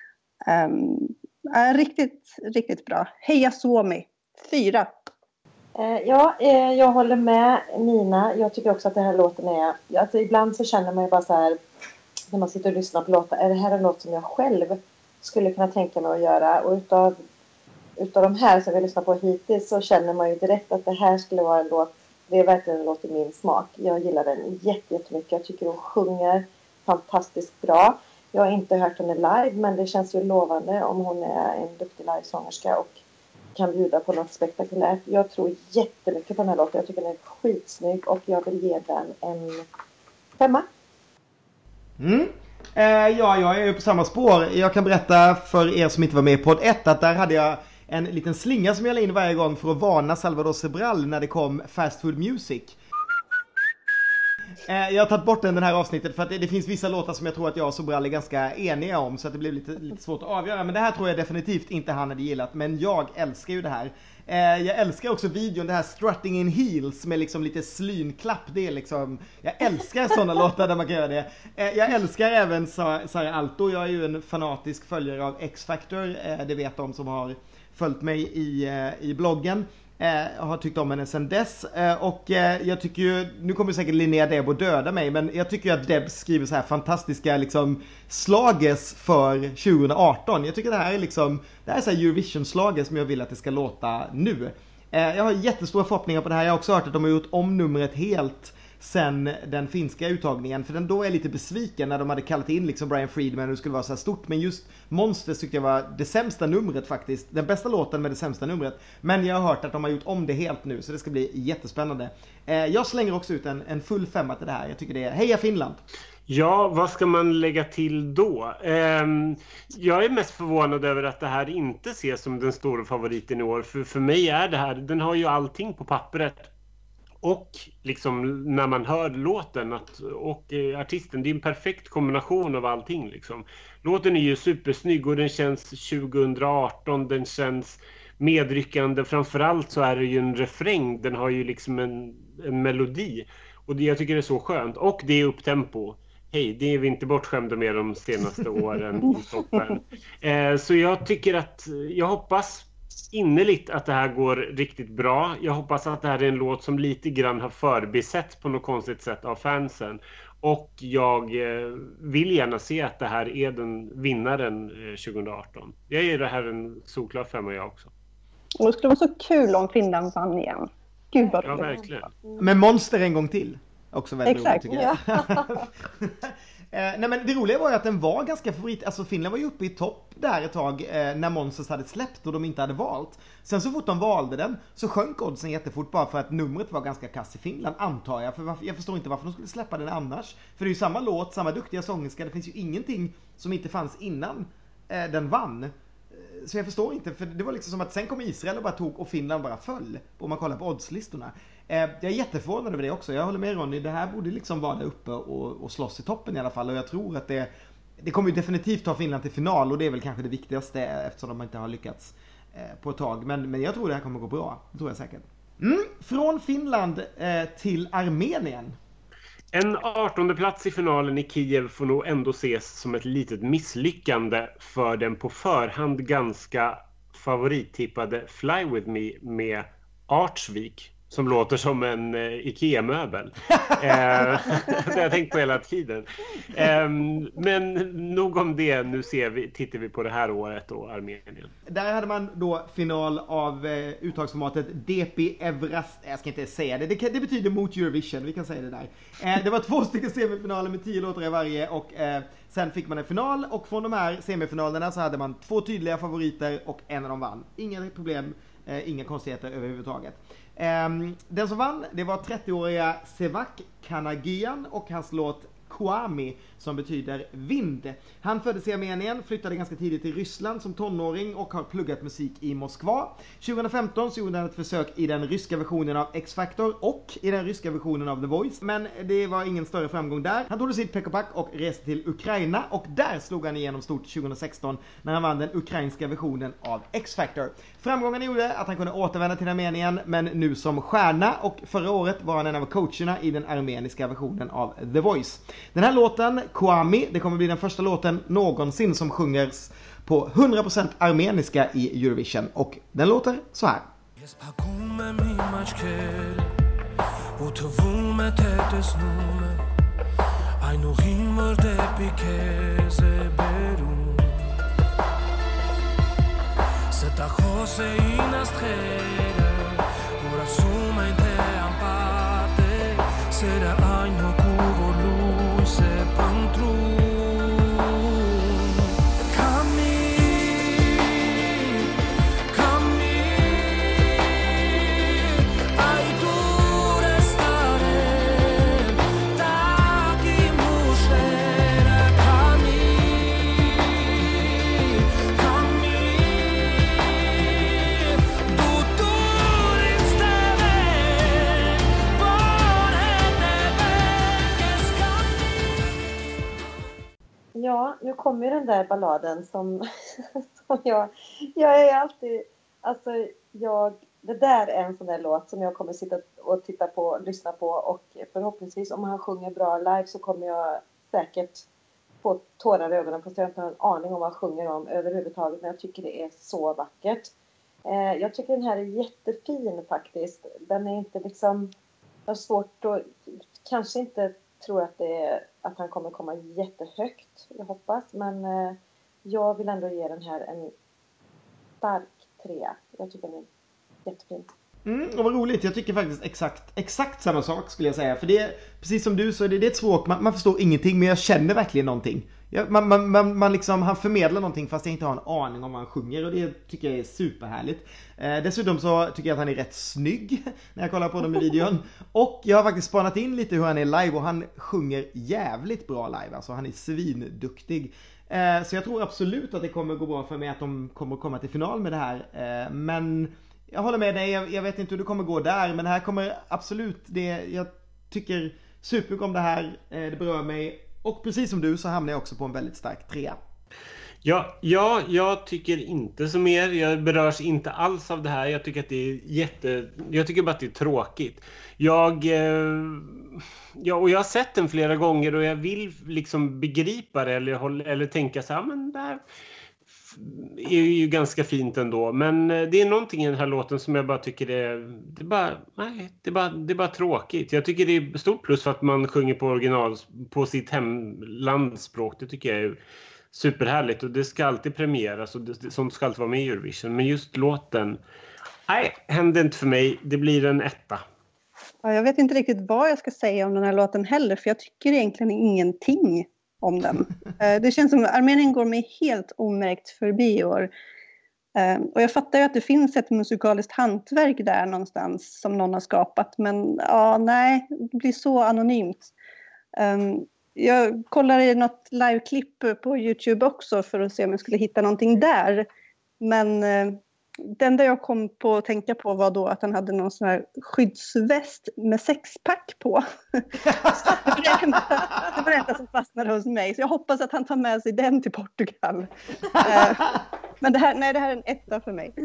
Riktigt, riktigt bra. Heja Suomi, 4. Ja, jag håller med Nina. Jag tycker också att den här låten är... Alltså, ibland så känner man ju bara så här, när man sitter och lyssnar på låtar, är det här en låt som jag själv skulle kunna tänka mig att göra? Och utav de här som vi lyssnar på hittills så känner man ju direkt att det här skulle vara en låt, det är verkligen en låt i min smak. Jag gillar den jättemycket. Jag tycker hon sjunger fantastiskt bra. Jag har inte hört henne live, men det känns ju lovande om hon är en duktig livesångerska och kan bjuda på något spektakulärt. Jag tror jättemycket på den här låten. Jag tycker den är skitsnygg och jag vill ge den en 5. Ja, jag är ju på samma spår. Jag kan berätta för er som inte var med i podd 1 att där hade jag en liten slinga som jag la in varje gång för att varna Salvador Sobral när det kom Fast Food Music. Jag har tagit bort den här avsnittet för att det finns vissa låtar som jag tror att jag och Sobral är ganska eniga om, så att det blev lite svårt att avgöra. Men det här tror jag definitivt inte han hade gillat, men jag älskar ju det här. Jag älskar också videon, det här Strutting in Heels med liksom lite slynklapp. Det är liksom, jag älskar sådana låtar där man kan göra det. Jag älskar även Sara Alto. Jag är ju en fanatisk följare av X-Factor. Det vet de som har följt mig i bloggen. Jag har tyckt om henne sedan dess. Och jag tycker ju, nu kommer säkert Linnea Deb att döda mig, men jag tycker att Deb skriver så här fantastiska liksom slages för 2018. Jag tycker det här är liksom, det här är så här Eurovision-slages som jag vill att det ska låta nu. Jag har jättestora förhoppningar på det här. Jag har också hört att de har gjort om numret helt sen den finska uttagningen, för då är jag lite besviken när de hade kallat in liksom Brian Friedman och det skulle vara så här stort, men just Monsters tyckte jag var det sämsta numret faktiskt, den bästa låten med det sämsta numret, men jag har hört att de har gjort om det helt nu, så det ska bli jättespännande. Jag slänger också ut en full 5 till det här. Jag tycker det är heja Finland. Ja, vad ska man lägga till då? Jag är mest förvånad över att det här inte ses som den stora favoriten i år, för mig är det här, den har ju allting på pappret. Och liksom när man hör låten och artisten, det är en perfekt kombination av allting liksom. Låten är ju supersnygg och den känns 2018, den känns medryckande. Framförallt så är det ju en refräng, den har ju liksom en melodi. Och jag tycker det är så skönt. Och det är upptempo. Hej, det är vi inte bortskämda med de senaste åren i toppen. Så jag tycker att, jag hoppas innerligt att det här går riktigt bra. Jag hoppas att det här är en låt som lite grann har förbisett på något konstigt sätt av fansen. Och jag vill gärna se att det här är den vinnaren 2018. Jag ger det här en solklar 5 jag också. Och det skulle vara så kul om Finland vann igen. Gud vad ja, verkligen. Men Monster en gång till. Också väldigt exakt, roligt tycker jag. Nej, men det roliga var ju att den var ganska favorit. Alltså Finland var ju uppe i topp där ett tag när Monsters hade släppt och de inte hade valt. Sen så fort de valde den så sjönk oddsen jättefort bara för att numret var ganska kass i Finland, antar jag. För jag förstår inte varför de skulle släppa den annars. För det är ju samma låt, samma duktiga sångerska. Det finns ju ingenting som inte fanns innan den vann. Så jag förstår inte, för det var liksom som att sen kom Israel och bara tog och Finland bara föll. Om man kollar på oddslistorna. Jag är jätteförvånad över det också. Jag håller med Ronny, det här borde liksom vara där uppe och slåss i toppen i alla fall. Och jag tror att det kommer ju definitivt ta Finland till final. Och det är väl kanske det viktigaste eftersom de inte har lyckats på ett tag. Men jag tror det här kommer gå bra. Det tror jag säkert. Från Finland till Armenien. En 18:e plats i finalen i Kiev får nog ändå ses som ett litet misslyckande för den på förhand ganska favorittippade Fly With Me med Artsvik, som låter som en Ikea-möbel. Det har jag tänkt på hela tiden. Men nog om det, nu tittar vi på det här året och Armenien. Där hade man då final av uttagsformatet DP Evrast. Jag ska inte säga det. Det betyder mot Eurovision, vi kan säga det där. Det var 2 semifinaler med 10 låtar i varje och sen fick man en final. Och från de här semifinalerna så hade man 2 tydliga favoriter och en av dem vann. Inga problem, inga konstigheter överhuvudtaget. Den som vann, det var 30-åriga Sevak Kanagian och hans låt Kwami, som betyder vind. Han föddes i Armenien, flyttade ganska tidigt till Ryssland som tonåring och har pluggat musik i Moskva. 2015 så gjorde han ett försök i den ryska versionen av X-Factor och i den ryska versionen av The Voice, men det var ingen större framgång där. Han tog sitt packopack och reste till Ukraina och där slog han igenom stort 2016 när han vann den ukrainska versionen av X-Factor. Framgången gjorde att han kunde återvända till Armenien, men nu som stjärna, och förra året var han en av coacherna i den armeniska versionen av The Voice. Den här låten, Kwami, det kommer bli den första låten någonsin som sjungers på 100% armeniska i Eurovision, och den låter så här. kommer ju den där balladen som jag är alltid, alltså det där är en sån där låt som jag kommer sitta och titta på och lyssna på, och förhoppningsvis om han sjunger bra live så kommer jag säkert få tårar i ögonen, fast jag har inte en aning om vad han sjunger om överhuvudtaget, men jag tycker det är så vackert. Jag tycker den här är jättefin faktiskt. Den är inte liksom, jag har svårt att, kanske inte tror att han kommer komma jättehögt, jag hoppas, men jag vill ändå ge den här en stark 3. Jag tycker den är jättefin. Och vad roligt, jag tycker faktiskt exakt samma sak skulle jag säga. För det är, precis som du så är det ett språk, man förstår ingenting, men jag känner verkligen någonting. Man liksom, han förmedlar någonting fast jag inte har en aning om vad han sjunger, och det tycker jag är superhärligt. Dessutom så tycker jag att han är rätt snygg när jag kollar på honom i videon. Och jag har faktiskt spanat in lite hur han är live, och han sjunger jävligt bra live, alltså han är svinduktig. Så jag tror absolut att det kommer gå bra för mig att de kommer komma till final med det här. Men jag håller med dig, jag vet inte hur det kommer gå där, men det här kommer absolut, jag tycker supermycket om det här, det berör mig, och precis som du så hamnar jag också på en väldigt stark 3. Ja, jag tycker inte som er. Jag berörs inte alls av det här. Jag tycker att det är jag tycker bara att det är tråkigt. Och jag har sett den flera gånger, och jag vill liksom begripa det eller tänka så här, men det här är ju ganska fint ändå, men det är någonting i den här låten som jag bara tycker det är bara tråkigt. Jag tycker det är stort plus för att man sjunger på original på sitt hemlandsspråk. Det tycker jag är superhärligt, och det ska alltid premieras, och sånt ska alltid vara med i Eurovision, men just låten, nej, händer inte för mig. Det blir en 1. Ja, jag vet inte riktigt vad jag ska säga om den här låten heller, för jag tycker egentligen ingenting om den. Det känns som att Armenien går mig helt omärkt förbi i år. Och jag fattar ju att det finns ett musikaliskt hantverk där någonstans som någon har skapat, men nej, det blir så anonymt. Jag kollar i något liveklipp på YouTube också för att se om jag skulle hitta någonting där. Men det enda jag kom på att tänka på var då att han hade någon sån här skyddsväst med sexpack på. Det var det enda som fastnade hos mig. Så jag hoppas att han tar med sig den till Portugal. Men det här är en 1 för mig.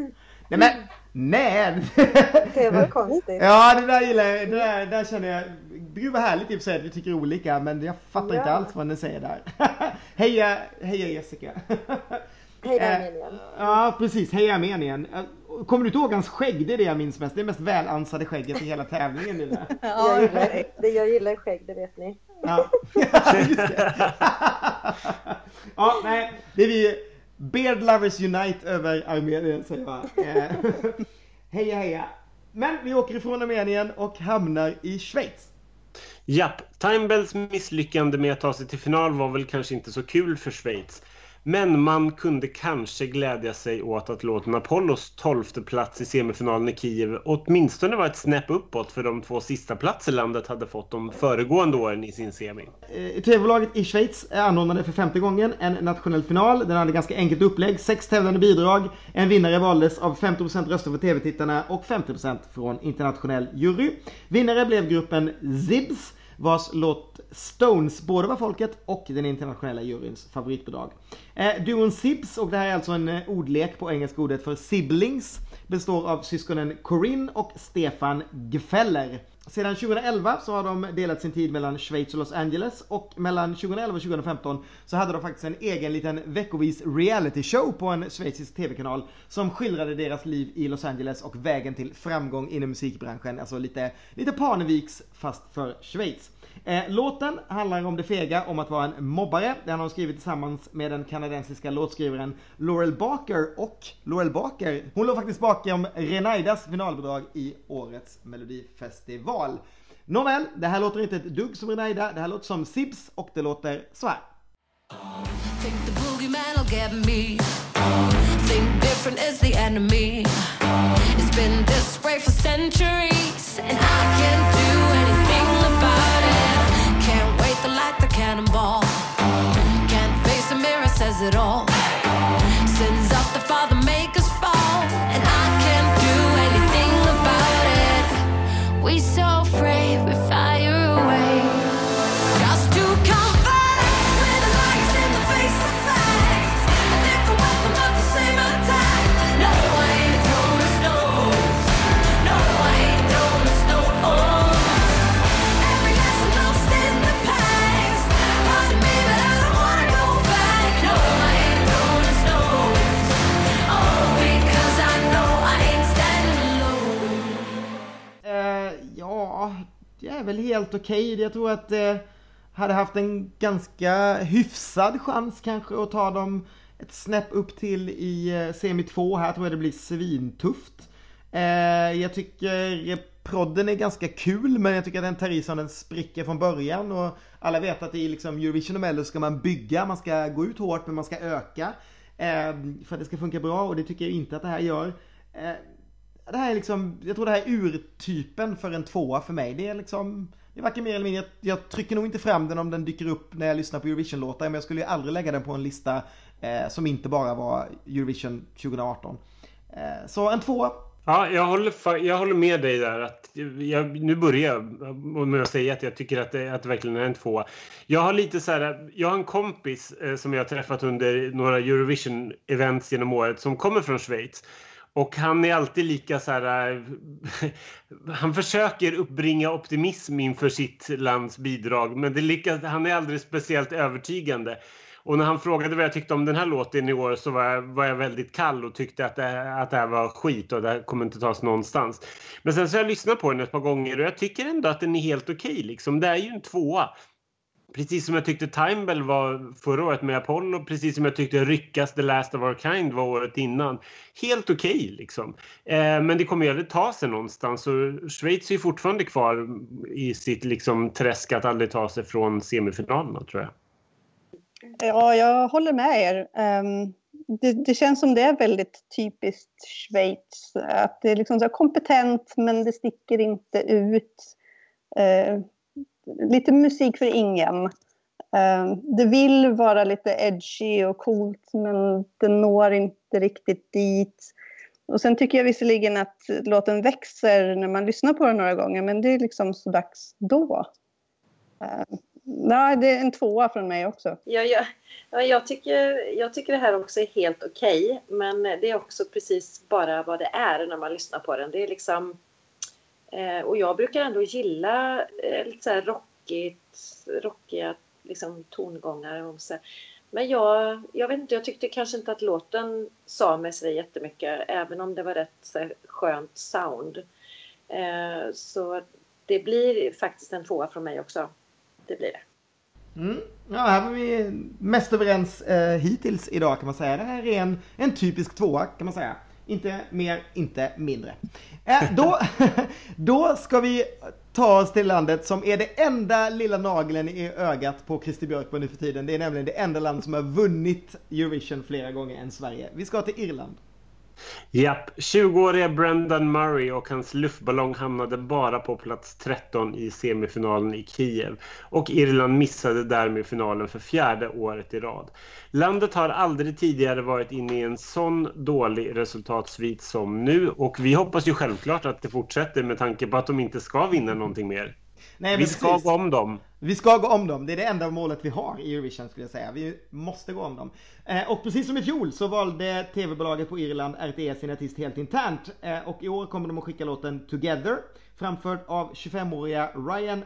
Nej. Det var konstigt. Ja, det där gillar jag. Det där känner jag. Gud vad härligt i och för sig att vi tycker olika, men jag fattar inte alls vad ni säger där. Heja Jessica. Heja Armenien. Ja, precis. Heja Armenien. Kommer du inte ihåg hans skägg? Det är det jag minns mest. Det är mest välansade skägget i hela tävlingen nu. Jag gillar skägg, det vet ni. Ja, just det. Ja, nej. Det är vi Beard Lovers Unite över Armenien, säger jag. Heja. Men vi åker ifrån Armenien och hamnar i Schweiz. Japp, Timebells misslyckande med att ta sig till final var väl kanske inte så kul för Schweiz. Men man kunde kanske glädja sig åt att låten Apollos 12:e plats i semifinalen i Kiev åtminstone var ett snäpp uppåt för de 2 sista platser landet hade fått de föregående åren i sin semi. TV-bolaget i Schweiz anordnade för 5:e gången en nationell final. Den hade ganska enkelt upplägg, 6 tävlande bidrag. En vinnare valdes av 50% röster för TV-tittarna och 50% från internationell jury. Vinnare blev gruppen Zibs, vars låt Stones både var folket och den internationella juryns favoritbidrag. Duon Sibs, och det här är alltså en ordlek på engelska ordet för siblings, består av syskonen Corinne och Stefan Gfeller. Sedan 2011 så har de delat sin tid mellan Schweiz och Los Angeles, och mellan 2011 och 2015 så hade de faktiskt en egen liten veckovis reality show på en schweizisk tv-kanal som skildrade deras liv i Los Angeles och vägen till framgång inom musikbranschen, alltså lite Parneviks fast för Schweiz. Låten handlar om det fega om att vara en mobbare. Den har de skrivit tillsammans med den kanadensiska låtskrivaren Laurel Barker, och Laurel Barker, hon låg faktiskt bakom Renaidas finalbidrag i årets Melodifestival. Nåväl, det här låter inte ett dugg som Renaida, det här låter som Sibs, och det låter så här. Think the boogeyman'll get me. Think different is the enemy. It's been this way for centuries, and I can't do anything about it. Can't wait to light the cannonball. Can't face the mirror, says it all. Sins of the father make us fall, and I can't do anything about it. We so afraid we fire away. Just to come back with the lights in the face of fire. är väl helt okej. Jag tror att hade haft en ganska hyfsad chans kanske att ta dem ett snäpp upp till i semi 2. Här tror jag det blir svintufft. Jag tycker prodden är ganska kul, men jag tycker att den tar i som den spricker från början. Och alla vet att i liksom Eurovision och Mello ska man bygga, man ska gå ut hårt men man ska öka för att det ska funka bra, och det tycker jag inte att det här gör. Det här är liksom, jag tror det här är urtypen för en 2 för mig. Det är liksom, det är varken mer eller mindre. Jag trycker nog inte fram den om den dyker upp när jag lyssnar på Eurovision-låtar, men jag skulle ju aldrig lägga den på en lista som inte bara var Eurovision 2018. Så en 2. Ja, jag håller med dig där. Att nu börjar jag med att säga att jag tycker att det verkligen är en 2. Jag har lite så här, jag har en kompis som jag har träffat under några Eurovision-events genom året som kommer från Schweiz. Och han är alltid lika så här, han försöker uppbringa optimism inför sitt lands bidrag, men han är aldrig speciellt övertygande. Och när han frågade vad jag tyckte om den här låten i år så var jag väldigt kall och tyckte att det här var skit och det här kommer inte tas någonstans. Men sen så har jag lyssnat på den ett par gånger och jag tycker ändå att den är helt okej. Liksom. Det är ju en 2. Precis som jag tyckte Time Bell var förra året med Apollo, precis som jag tyckte Ryckas The Last of Our Kind var året innan. Helt okej liksom. Men det kommer ju aldrig ta sig någonstans, och Schweiz är ju fortfarande kvar i sitt liksom träsk att aldrig ta sig från semifinalerna, tror jag. Ja, jag håller med er. Det känns som det är väldigt typiskt Schweiz. Att det är liksom så kompetent, men det sticker inte ut. Lite musik för ingen. Det vill vara lite edgy och coolt, men det når inte riktigt dit. Och sen tycker jag visserligen att låten växer när man lyssnar på den några gånger, men det är liksom så dags då. Nej, det är en 2 från mig också. Jag tycker det här också är helt okej, men det är också precis bara vad det är när man lyssnar på den. Det är liksom, och jag brukar ändå gilla lite så här rockiga liksom tongångar och så. Men jag vet inte, jag tyckte kanske inte att låten sa mig så jättemycket, även om det var rätt så här skönt sound. Så det blir faktiskt en 2 från mig också. Det blir det. Ja, här var vi mest överens hittills idag, kan man säga. Det här är en typisk 2, kan man säga. Inte mer, inte mindre. Då ska vi ta oss till landet som är det enda lilla nageln i ögat på Christer Björkman nu för tiden. Det är nämligen det enda land som har vunnit Eurovision flera gånger än Sverige. Vi ska till Irland. Japp, 20-åriga Brendan Murray och hans luftballong hamnade bara på plats 13 i semifinalen i Kiev, och Irland missade därmed finalen för 4:e året i rad. Landet har aldrig tidigare varit inne i en sån dålig resultatsvit som nu, och vi hoppas ju självklart att det fortsätter med tanke på att de inte ska vinna någonting mer. Nej, vi ska gå om dem. Vi ska gå om dem. Det är det enda målet vi har i Eurovision, skulle jag säga. Vi måste gå om dem. Och precis som i fjol så valde tv-bolaget på Irland RTE sin artist helt internt. Och i år kommer de att skicka låten Together, framförd av 25-åriga Ryan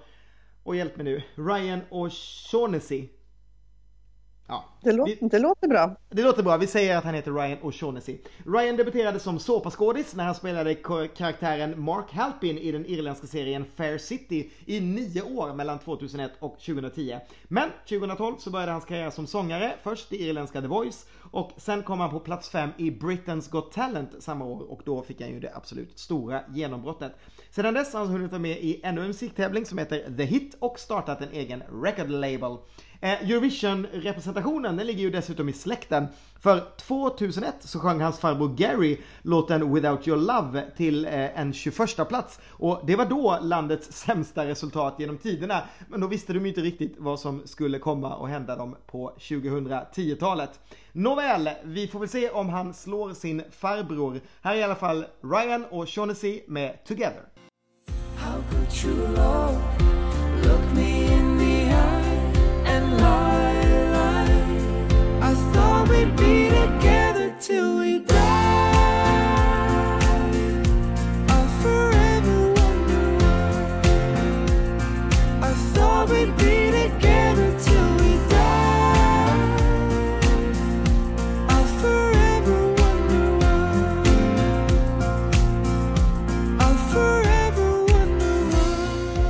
O'Shaughnessy. Ja. Det låter bra. Det låter bra. Vi säger att han heter Ryan O'Shaughnessy. Ryan debuterade som såpaskådis när han spelade karaktären Mark Halpin i den irländska serien Fair City i 9 år mellan 2001 och 2010. Men 2012 så började hans karriär som sångare, först i irländska The Voice, och sen kom han på plats 5 i Britain's Got Talent samma år, och då fick han ju det absolut stora genombrottet. Sedan dess har han hunnit vara med i ännu en musiktävling som heter The Hit och startat en egen record label. Eurovision-representationen, den ligger ju dessutom i släkten. För 2001 så sjöng hans farbror Gary låten Without Your Love till en 21:a plats. Och det var då landets sämsta resultat genom tiderna. Men då visste de ju inte riktigt vad som skulle komma och hända dem på 2010-talet. Nåväl, vi får väl se om han slår sin farbror. Här är i alla fall Ryan O'Shaughnessy med Together. How could you look me in the eye and lie? I thought we'd be together till we die. I'll forever wonder why. I thought we'd be together till we die. I'll forever wonder why. I'll forever wonder why.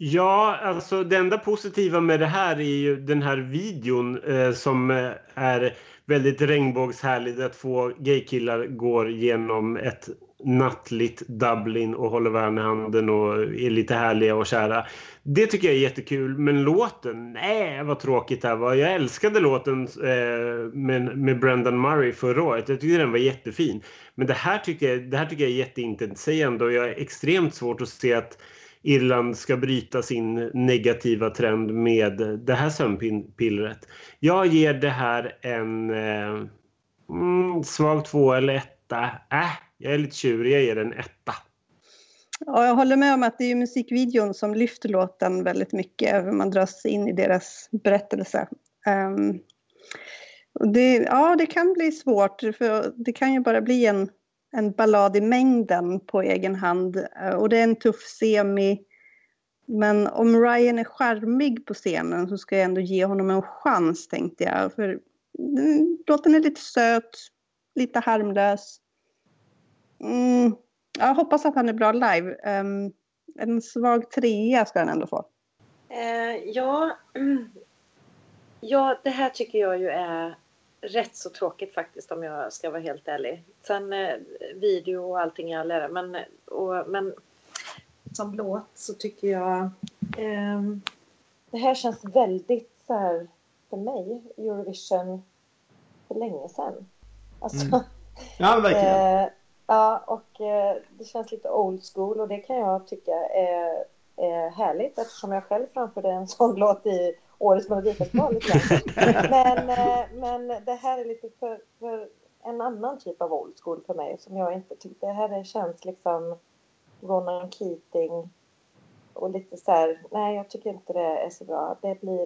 Ja, alltså det enda positiva med det här är ju den här videon som är väldigt regnbågshärlig, där 2 gaykillar går genom ett nattligt Dublin och håller varandra i handen och är lite härliga och kära. Det tycker jag är jättekul, men låten, nej vad tråkigt det här var. Jag älskade låten med Brendan Murray förra året. Jag tyckte den var jättefin. Men det här tycker jag är jätteintetsägande, och jag är extremt svårt att se att Irland ska bryta sin negativa trend med det här sömnpillret. Jag ger det här en svag 2 eller 1. Jag är lite tjurig, jag ger en 1. Ja, jag håller med om att det är musikvideon som lyfter låten väldigt mycket. Man dras in i deras berättelse. Det kan bli svårt, för det kan ju bara bli en ballad i mängden på egen hand. Och det är en tuff semi. Men om Ryan är charmig på scenen så ska jag ändå ge honom en chans, tänkte jag. För låten är lite söt, lite harmlös. Jag hoppas att han är bra live. En svag 3 ska han ändå få. Ja, det här tycker jag ju är rätt så tråkigt faktiskt, om jag ska vara helt ärlig. Sen video och allting jag lär, men som låt så tycker jag det här känns väldigt så här, för mig, Eurovision för länge sedan. Alltså, Ja, verkligen. Ja, och det känns lite old school, och det kan jag tycka är härligt, eftersom jag själv framförde en sån låt i årets Melodifestival. Men det här är lite för en annan typ av old school för mig, som jag inte tyckte. Det här känns liksom Ronan Keating och lite så här, nej, jag tycker inte det är så bra. Det blir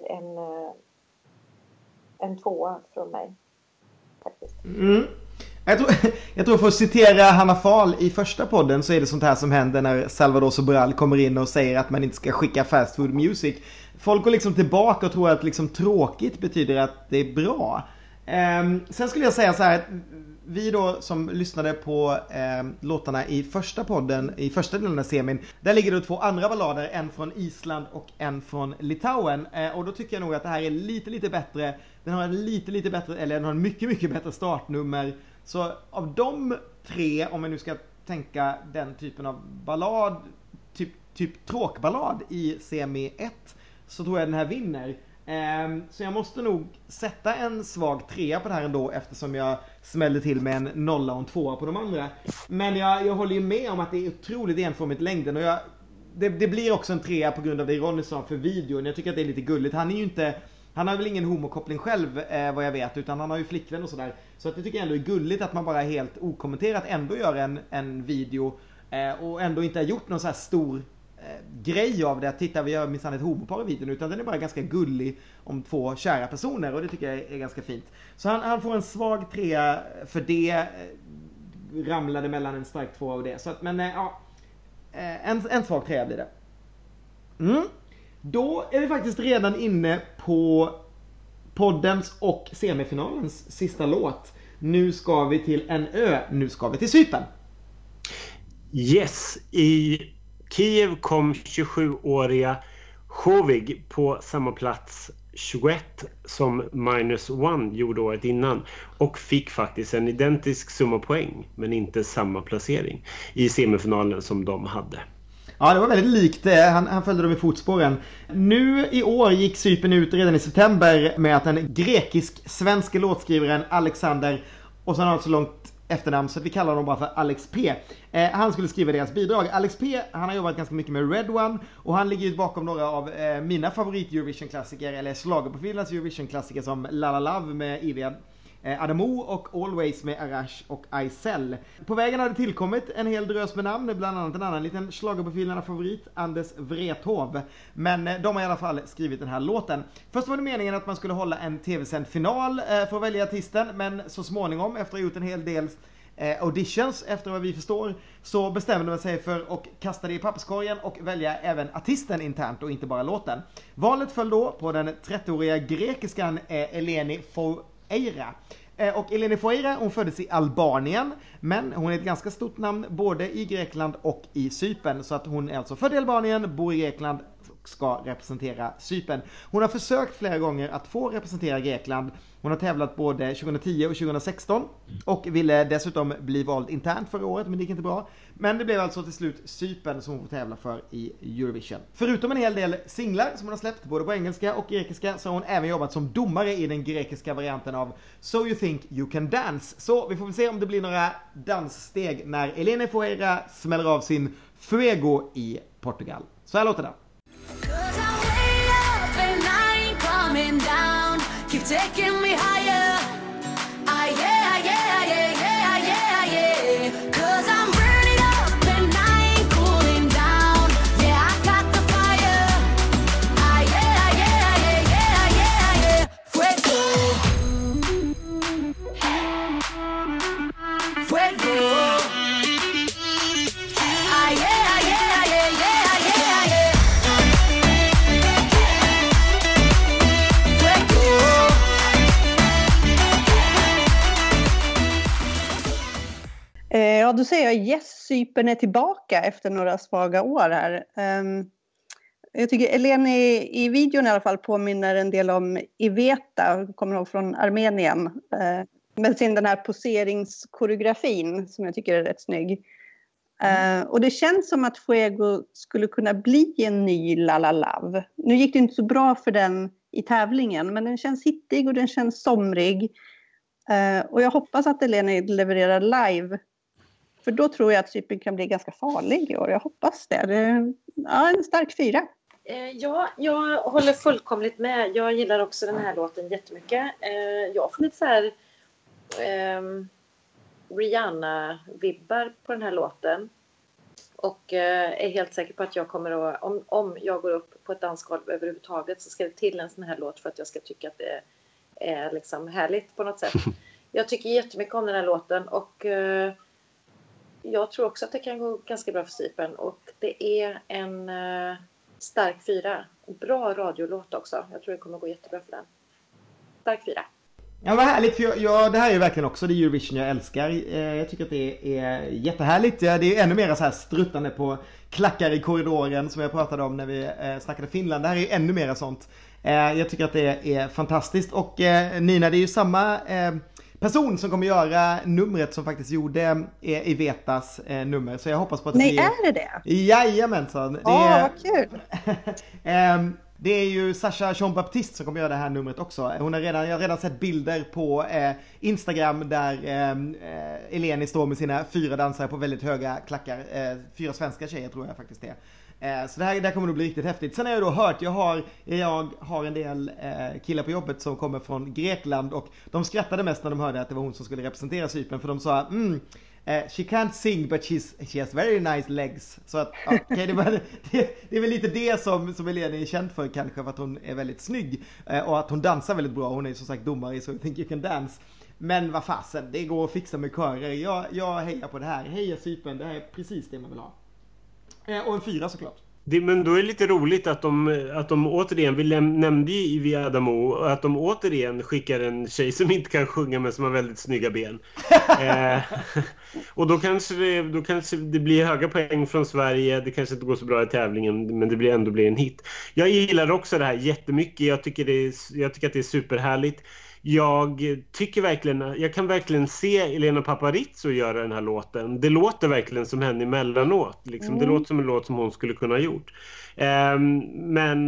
en 2 från mig faktiskt. Jag tror för att citera Hanna Fahl i första podden, så är det sånt här som händer när Salvador Sobral kommer in och säger att man inte ska skicka fast food music. Folk går liksom tillbaka och tror att liksom tråkigt betyder att det är bra. Sen skulle jag säga så här, vi då som lyssnade på låtarna i första podden, i första delen av semin, där ligger det 2 andra ballader, en från Island och en från Litauen. Och då tycker jag nog att det här är lite bättre. Den har en lite bättre, eller den har en mycket bättre startnummer. Så av de 3, om man nu ska tänka den typen av ballad, typ tråkballad i semi 1, så tror jag den här vinner. Så jag måste nog sätta en svag 3 på det här ändå, eftersom jag smällde till med en 0 och en 2 på de andra. Men jag håller ju med om att det är otroligt enformigt längden, och det blir också en 3 på grund av det Ronny sa för videon. Jag tycker att det är lite gulligt. Han har väl ingen homokoppling själv, vad jag vet, utan han har ju flickvän och sådär. Så att det tycker jag ändå är gulligt att man bara helt okommenterat ändå gör en video och ändå inte har gjort någon så här stor grej av det. Att titta, vi gör minsann ett homopar i videon, utan den är bara ganska gullig om 2 kära personer, och det tycker jag är ganska fint. Så han får en svag 3 för det, ramlade mellan en stark 2 och det. Så att, men ja, en svag 3 blir det. Då är vi faktiskt redan inne på poddens och semifinalens sista låt. Nu ska vi till en ö, nu ska vi till Cypern. Yes, i Kiev kom 27-åriga Jovic på samma plats 21 som -1 gjorde året innan, och fick faktiskt en identisk summa poäng, men inte samma placering i semifinalen som de hade. Ja, det var väldigt likt det. Han följde dem i fotspåren. Nu i år gick Cypern ut redan i september med att den grekisk-svenska låtskrivaren Alexander, och sen har han så långt efternamn så att vi kallar honom bara för Alex P. Han skulle skriva deras bidrag. Alex P, han har jobbat ganska mycket med Red One, och han ligger ju bakom några av mina favorit Eurovision-klassiker, eller schlagerprofilernas Eurovision-klassiker, som La La Love med Ivy Adamo och Always med Arash och Aysel. På vägen har det tillkommit en hel drös med namn, bland annat en annan liten schlagerprofilerna favorit, Anders Wrethov. Men de har i alla fall skrivit den här låten. Först var det meningen att man skulle hålla en tv-sänd final för att välja artisten, men så småningom, efter att ha gjort en hel del auditions, efter vad vi förstår, så bestämde man sig för att kasta det i papperskorgen och välja även artisten internt och inte bara låten. Valet föll då på den 30-åriga grekiskan Eleni Foeira. Och Eleni Foeira, hon föddes i Albanien, men hon är ett ganska stort namn både i Grekland och i Cypern, så att hon är alltså född i Albanien, bor i Grekland ska representera Cypern. Hon har försökt flera gånger att få representera Grekland. Hon har tävlat både 2010 och 2016 och ville dessutom bli vald internt förra året, men det gick inte bra. Men det blev alltså till slut Cypern som hon får tävla för i Eurovision. Förutom en hel del singlar som hon har släppt både på engelska och grekiska så har hon även jobbat som domare i den grekiska varianten av So You Think You Can Dance. Så vi får väl se om det blir några danssteg när Eleni Foureira smäller av sin Fuego i Portugal. Så här låter det. Keep taking me higher. Yeah, yeah, yeah, yeah, yeah, yeah. 'Cause I'm burning up and I ain't cooling down. Yeah, I got the fire. Yeah, yeah, yeah, yeah, yeah, yeah. Fuego. Fuego. Yeah, yeah, yeah, yeah, yeah, yeah. Ja, då säger jag yes, Cypern är tillbaka efter några svaga år här. Jag tycker Eleni i videon i alla fall påminner en del om Iveta, kommer ihåg från Armenien. Med sin den här poseringskoreografin som jag tycker är rätt snygg. Och det känns som att Fuego skulle kunna bli en ny La La Love. Nu gick det inte så bra för den i tävlingen, men den känns hittig och den känns somrig. Och jag hoppas att Eleni levererar live. För då tror jag att Cypern kan bli ganska farlig i år. Jag hoppas det. Ja, en stark 4. Ja, jag håller fullkomligt med. Jag gillar också den här låten jättemycket. Jag får lite så här Rihanna-vibbar på den här låten. Och är helt säker på att jag kommer att, om jag går upp på ett dansgolv överhuvudtaget så ska det till en sån här låt för att jag ska tycka att det är liksom härligt på något sätt. Jag tycker jättemycket om den här låten och jag tror också att det kan gå ganska bra för Cypern och det är en stark 4. Bra radiolåt också. Jag tror det kommer gå jättebra för den. Stark 4. Ja, vad härligt. För det här är ju verkligen också det Eurovision jag älskar. Jag tycker att det är jättehärligt. Det är ännu mer så här struttande på klackar i korridoren som jag pratade om när vi snackade Finland. Det här är ju ännu mer sånt. Jag tycker att det är fantastiskt. Och Nina, det är ju samma person som kommer göra numret som faktiskt gjorde Ivetas nummer. Så jag hoppas på att Nej, är det det? Jajamensan. Vad kul! Det är ju Sasha Jean-Baptiste som kommer göra det här numret också. Jag har redan sett bilder på Instagram där Eleni står med sina 4 dansare på väldigt höga klackar. 4 svenska tjejer tror jag faktiskt det är. Så det här kommer nog bli riktigt häftigt. Sen har jag då hört, jag har en del killar på jobbet som kommer från Grekland och de skrattade mest när de hörde att det var hon som skulle representera Cypern, för de sa she can't sing but she has very nice legs. Så att okay, det är väl lite det som Eleni är känd för kanske, för att hon är väldigt snygg och att hon dansar väldigt bra. Hon är som sagt domare i So You Think You Can Dance. Men vad fasen, det går att fixa med körer. Jag hejar på det här. Heja Cypern, det här är precis det man vill ha. Och en 4 såklart. Men då är det lite roligt att de återigen, vi nämnde ju Ivy Adamo, att de återigen skickar en tjej som inte kan sjunga men som har väldigt snygga ben. Och då kanske det blir höga poäng från Sverige, det kanske inte går så bra i tävlingen, men det blir ändå en hit. Jag gillar också det här jättemycket, jag tycker att det är superhärligt. Jag kan verkligen se Elena Paparizou göra den här låten. Det låter verkligen som henne emellanåt. Liksom. Det låter som en låt som hon skulle kunna ha gjort. Men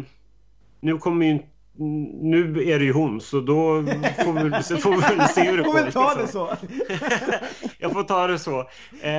nu är det ju hon, så då får vi väl se hur det går. Jag får ta det så. Jag får ta det så.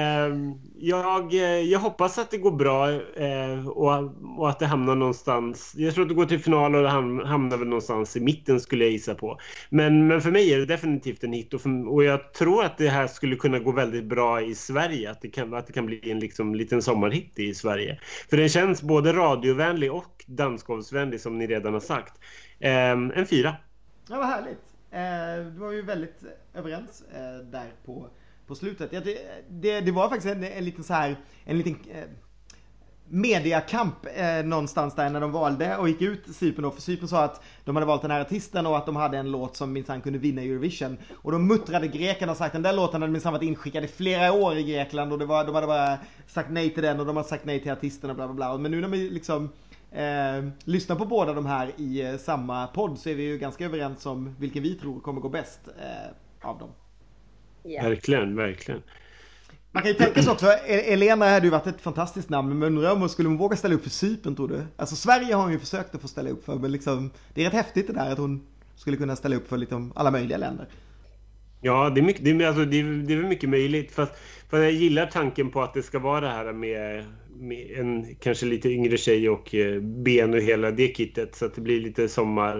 Jag hoppas att det går bra och att det hamnar någonstans. Jag tror att det går till final och det hamnar väl någonstans i mitten, skulle jag gissa på. Men för mig är det definitivt en hit och jag tror att det här skulle kunna gå väldigt bra i Sverige. Att det kan bli en liten sommarhit i Sverige. För den känns både radiovänlig och dansgolvsvänlig, som ni redan har sagt. En 4. Ja, vad härligt. Du var ju väldigt överens där på slutet. Det var faktiskt en liten mediakamp någonstans där när de valde och gick ut Cypern. För Cypern sa att de hade valt den här artisten och att de hade en låt som minsann kunde vinna Eurovision. Och de muttrade grekerna och sagt att den där låten hade minsann varit inskickad i flera år i Grekland och de hade bara sagt nej till den och de hade sagt nej till artisten och bla bla bla. Men nu när vi liksom lyssnar på båda de här i samma podd så är vi ju ganska överens om vilken vi tror kommer gå bäst av dem. Ja. Verkligen, verkligen. Man kan ju tänka sig också, Elena hade ju varit ett fantastiskt namn, men undrar om skulle hon våga ställa upp för Cypern, tror du? Alltså Sverige har hon ju försökt att få ställa upp för, men liksom, det är rätt häftigt det där att hon skulle kunna ställa upp för liksom alla möjliga länder. Ja, det är väl mycket möjligt. För jag gillar tanken på att det ska vara det här med en kanske lite yngre tjej och ben och hela det kittet. Så att det blir lite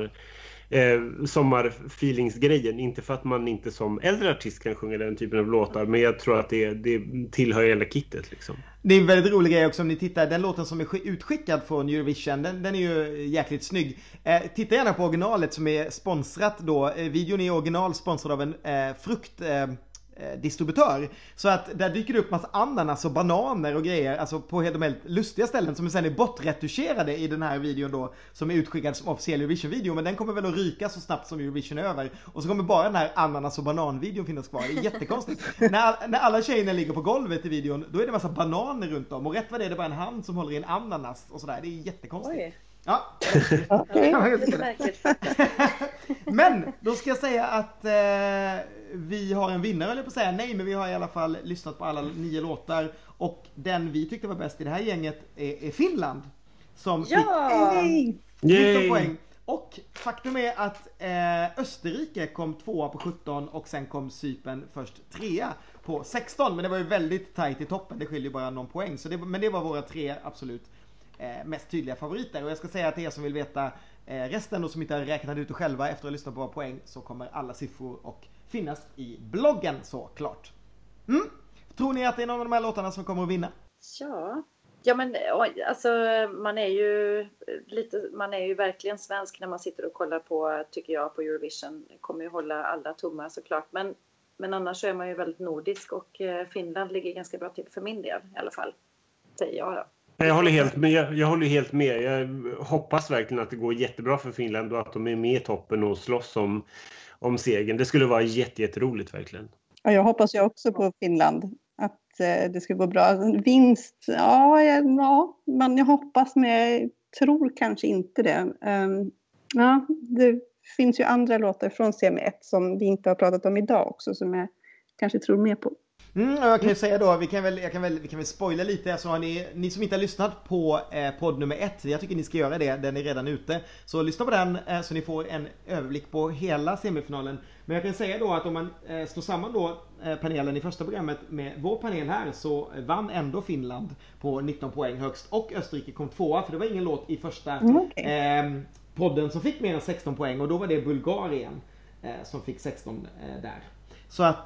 sommarfeelingsgrejen. Inte för att man inte som äldre artist kan sjunga den typen av låtar. Men jag tror att det tillhör hela kittet liksom. Det är en väldigt rolig grej också om ni tittar. Den låten som är utskickad från Eurovision, den är ju jäkligt snygg. Titta gärna på originalet som är sponsrat då. Videon är original sponsrad av en fruktdistributör. Så att där dyker det upp massa ananas och bananer och grejer. Alltså på helt lustiga ställen som sen är bortretuscherade i den här videon då. Som är utskickad som officiell Eurovision-video. Men den kommer väl att ryka så snabbt som Eurovision är över. Och så kommer bara den här ananas och banan-videon finnas kvar. Det är jättekonstigt. när alla tjejerna ligger på golvet i videon, då är det massa bananer runt om. Och rätt vad det är bara en hand som håller i en ananas och sådär. Det är jättekonstigt. Oj. Ja. Okay. Men då ska jag säga att vi har en vinnare, eller på att säga nej, men vi har i alla fall lyssnat på alla 9 låtar och den vi tyckte var bäst i det här gänget är Finland som fick 19 poäng. Och faktum är att Österrike kom 2 på 17 och sen kom Cypern först 3 på 16, men det var ju väldigt tajt i toppen, det skiljer bara någon poäng, så men det var våra 3 absolut mest tydliga favoriter. Och jag ska säga att er som vill veta resten och som inte har räknat ut det själva efter att ha lyssnat på våra poäng, så kommer alla siffror och finnas i bloggen såklart. Tror ni att det är någon av de här låtarna som kommer att vinna? Ja men alltså man är ju verkligen svensk när man sitter och kollar på, tycker jag, på Eurovision. Kommer ju hålla alla tummar såklart, men annars är man ju väldigt nordisk och Finland ligger ganska bra till för min del i alla fall, säger jag då. Jag håller helt med. Jag hoppas verkligen att det går jättebra för Finland och att de är med i toppen och slåss om segern. Det skulle vara jätteroligt verkligen. Ja, jag hoppas ju också på Finland. Att det ska gå bra. Vinst, men jag hoppas, men jag tror kanske inte det. Det finns ju andra låtar från semi-1 som vi inte har pratat om idag också, som jag kanske tror mer på. Jag kan ju säga då, vi kan väl spoila lite, så har ni som inte har lyssnat på podd nummer 1, jag tycker ni ska göra det, den är redan ute, så lyssna på den så ni får en överblick på hela semifinalen. Men jag kan säga då att om man slår samman då panelen i första programmet med vår panel här, så vann ändå Finland på 19 poäng högst och Österrike kom 2, för det var ingen låt i första podden som fick mer än 16 poäng, och då var det Bulgarien som fick 16 där. Så att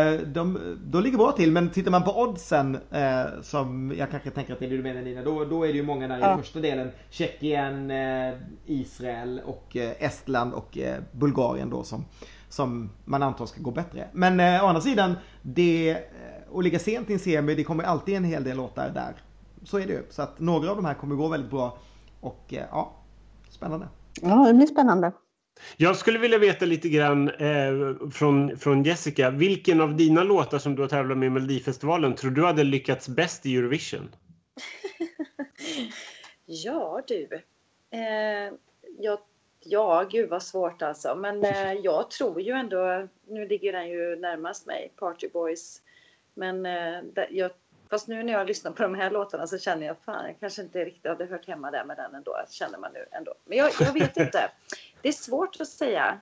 de ligger bra till, men tittar man på oddsen som jag kanske tänker att det är det du menar, Nina, då är det ju många där i första delen. Tjeckien, Israel och Estland och Bulgarien då som man antar ska gå bättre. Men å andra sidan, att ligga sent i en semi, det kommer alltid en hel del låtar där. Så är det ju. Så att några av de här kommer gå väldigt bra och spännande. Ja, det blir spännande. Jag skulle vilja veta lite grann från Jessica. Vilken av dina låtar som du har tävlat med i Melodifestivalen tror du hade lyckats bäst i Eurovision? Ja du. Gud vad svårt alltså. Men jag tror ju ändå, nu ligger den ju närmast mig, Party Boys. Men fast nu när jag lyssnar på de här låtarna så känner jag jag kanske inte riktigt hade hört hemma där med den ändå. Känner man nu ändå. Men jag vet inte. Det är svårt att säga.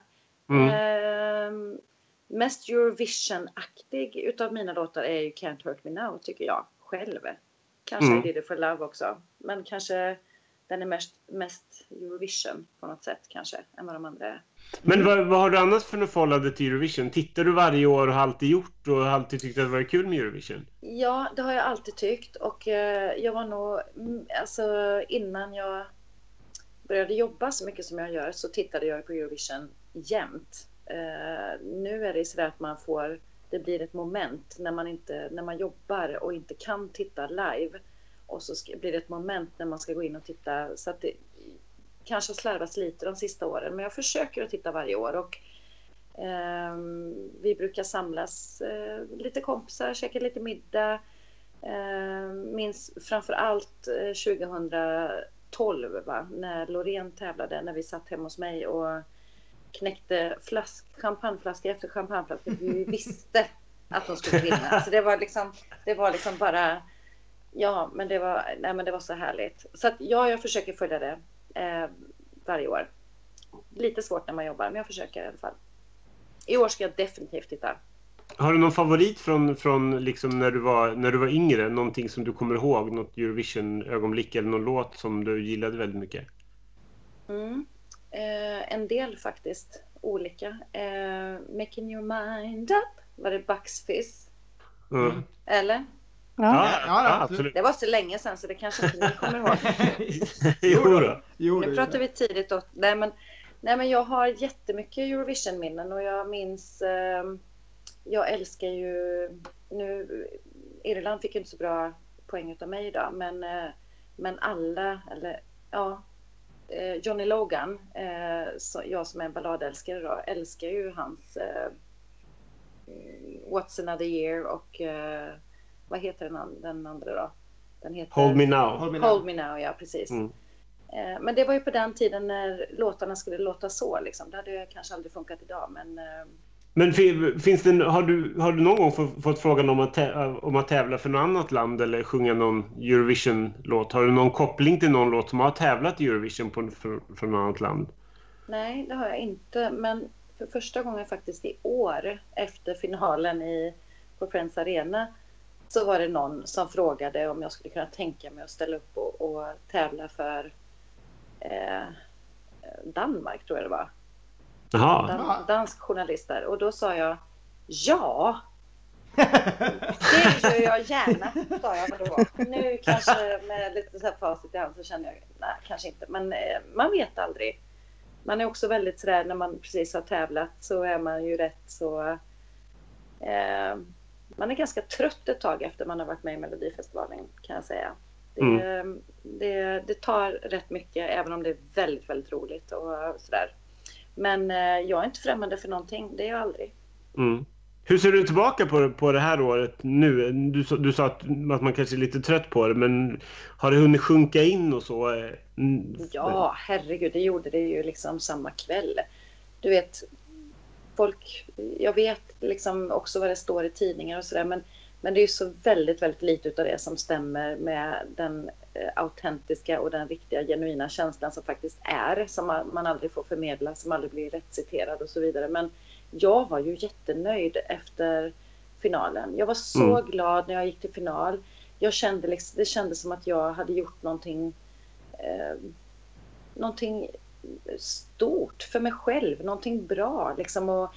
Mest Eurovision-aktig utav mina låtar är ju Can't Hurt Me Now, tycker jag själv. Kanske I Did It For Love också. Men kanske den är mest Eurovision på något sätt kanske än vad de andra är. Men vad har du annars för förhållande till Eurovision? Tittar du varje år och har alltid gjort och har alltid tyckt att det var kul med Eurovision? Ja, det har jag alltid tyckt. Och jag var nog, alltså innan jag började jobba så mycket som jag gör så tittade jag på Eurovision jämt. Nu är det så att det blir ett moment när man jobbar och inte kan titta live. Och så blir det ett moment när man ska gå in och titta, så att det kanske slarvas lite de sista åren. Men jag försöker att titta varje år och vi brukar samlas lite kompisar, käka lite middag. Minns framförallt 2012 2012 va? När Loreen tävlade, när vi satt hemma hos mig och knäckte champagneflaska efter champagneflaska. Vi visste att hon skulle vinna. Så det var liksom bara, ja, men det var så härligt. Så att jag försöker följa det varje år. Lite svårt när man jobbar, men jag försöker i alla fall. I år ska jag definitivt titta. Har du någon favorit från liksom när du var yngre? Någonting som du kommer ihåg? Något Eurovision-ögonblick eller någon låt som du gillade väldigt mycket? En del faktiskt. Olika. Making your mind up. Var det Bucks Fizz? Eller? Ja, absolut. Det var så länge sedan så det kanske inte ni kommer ihåg. Jo, Nu pratar vi tidigt. Nej men jag har jättemycket Eurovision-minnen och jag minns... jag älskar ju... Nu, Irland fick inte så bra poäng utav mig idag, men alla... Eller, ja, Johnny Logan, jag som är en balladälskare då, älskar ju hans What's Another Year och vad heter den andra då? Den heter Hold Me Now. Hold Me Now, ja precis. Men det var ju på den tiden när låtarna skulle låta så liksom. Det hade kanske aldrig funkat idag, men finns det, har du någon gång fått frågan om att tävla för något annat land eller sjunga någon Eurovision-låt? Har du någon koppling till någon låt som har tävlat i Eurovision för något annat land? Nej, det har jag inte. Men för första gången faktiskt i år efter finalen på Friends Arena så var det någon som frågade om jag skulle kunna tänka mig att ställa upp och tävla för Danmark, tror jag det var. Dansk journalister. Och då sa jag ja. Det gör jag gärna, sa jag då. Nu kanske med lite så här facit i hand så känner jag nej, kanske inte. Men man vet aldrig. Man är också väldigt sådär när man precis har tävlat så är man ju rätt så man är ganska trött ett tag efter man har varit med i Melodifestivalen, kan jag säga. Det tar rätt mycket, även om det är väldigt, väldigt roligt och sådär. Men jag är inte främmande för någonting, det är jag aldrig. Hur ser du tillbaka på det här året nu? Du sa att man kanske är lite trött på det, men har det hunnit sjunka in och så? Ja, herregud, det gjorde det ju liksom samma kväll. Du vet, jag vet liksom också vad det står i tidningar och sådär, men det är ju så väldigt, väldigt lite utav det som stämmer med den autentiska och den riktiga, genuina känslan som faktiskt är, som man aldrig får förmedla, som aldrig blir rätt citerad och så vidare. Men jag var ju jättenöjd efter finalen. Jag var så glad när jag gick till final. Jag kände liksom, det kändes som att jag hade gjort någonting stort för mig själv, någonting bra liksom. Och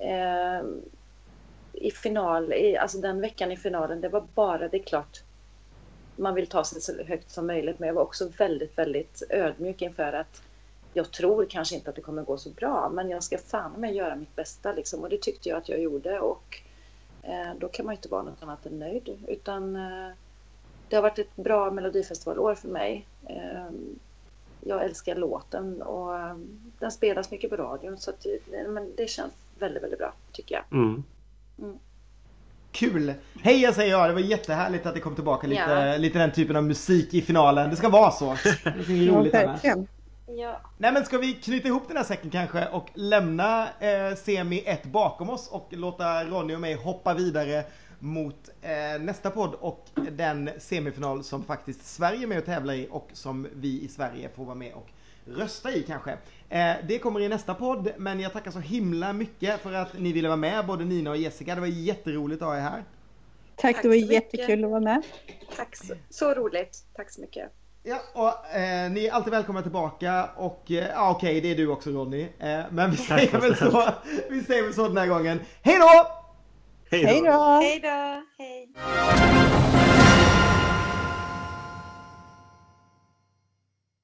i final, alltså den veckan i finalen, det är klart man vill ta sig så högt som möjligt, men jag var också väldigt, väldigt ödmjuk inför att jag tror kanske inte att det kommer gå så bra, men jag ska fan med göra mitt bästa liksom. Och det tyckte jag att jag gjorde, och då kan man inte vara något annat än nöjd, utan det har varit ett bra Melodifestivalår för mig. Jag älskar låten och den spelas mycket på radion, så att det känns väldigt, väldigt bra, tycker jag. Kul! Hej, säger jag. Det var jättehärligt att det kom tillbaka lite den typen av musik i finalen. Det ska vara så. Det är roligt annars. Ja. Nej, men ska vi knyta ihop den här säcken kanske och lämna semi 1 bakom oss och låta Ronny och mig hoppa vidare mot nästa podd och den semifinal som faktiskt Sverige är med och tävlar i och som vi i Sverige får vara med och rösta i kanske. Det kommer i nästa podd, men jag tackar så himla mycket för att ni ville vara med, både Nina och Jessica. Det var jätteroligt att ha er här. Tack, det var jättekul att vara med. Tack, så roligt. Tack så mycket. Ja, och ni är alltid välkomna tillbaka och okej, det är du också, Ronny. Men vi säger väl så den här gången. Hej då! Hej då! Hej då! Hej!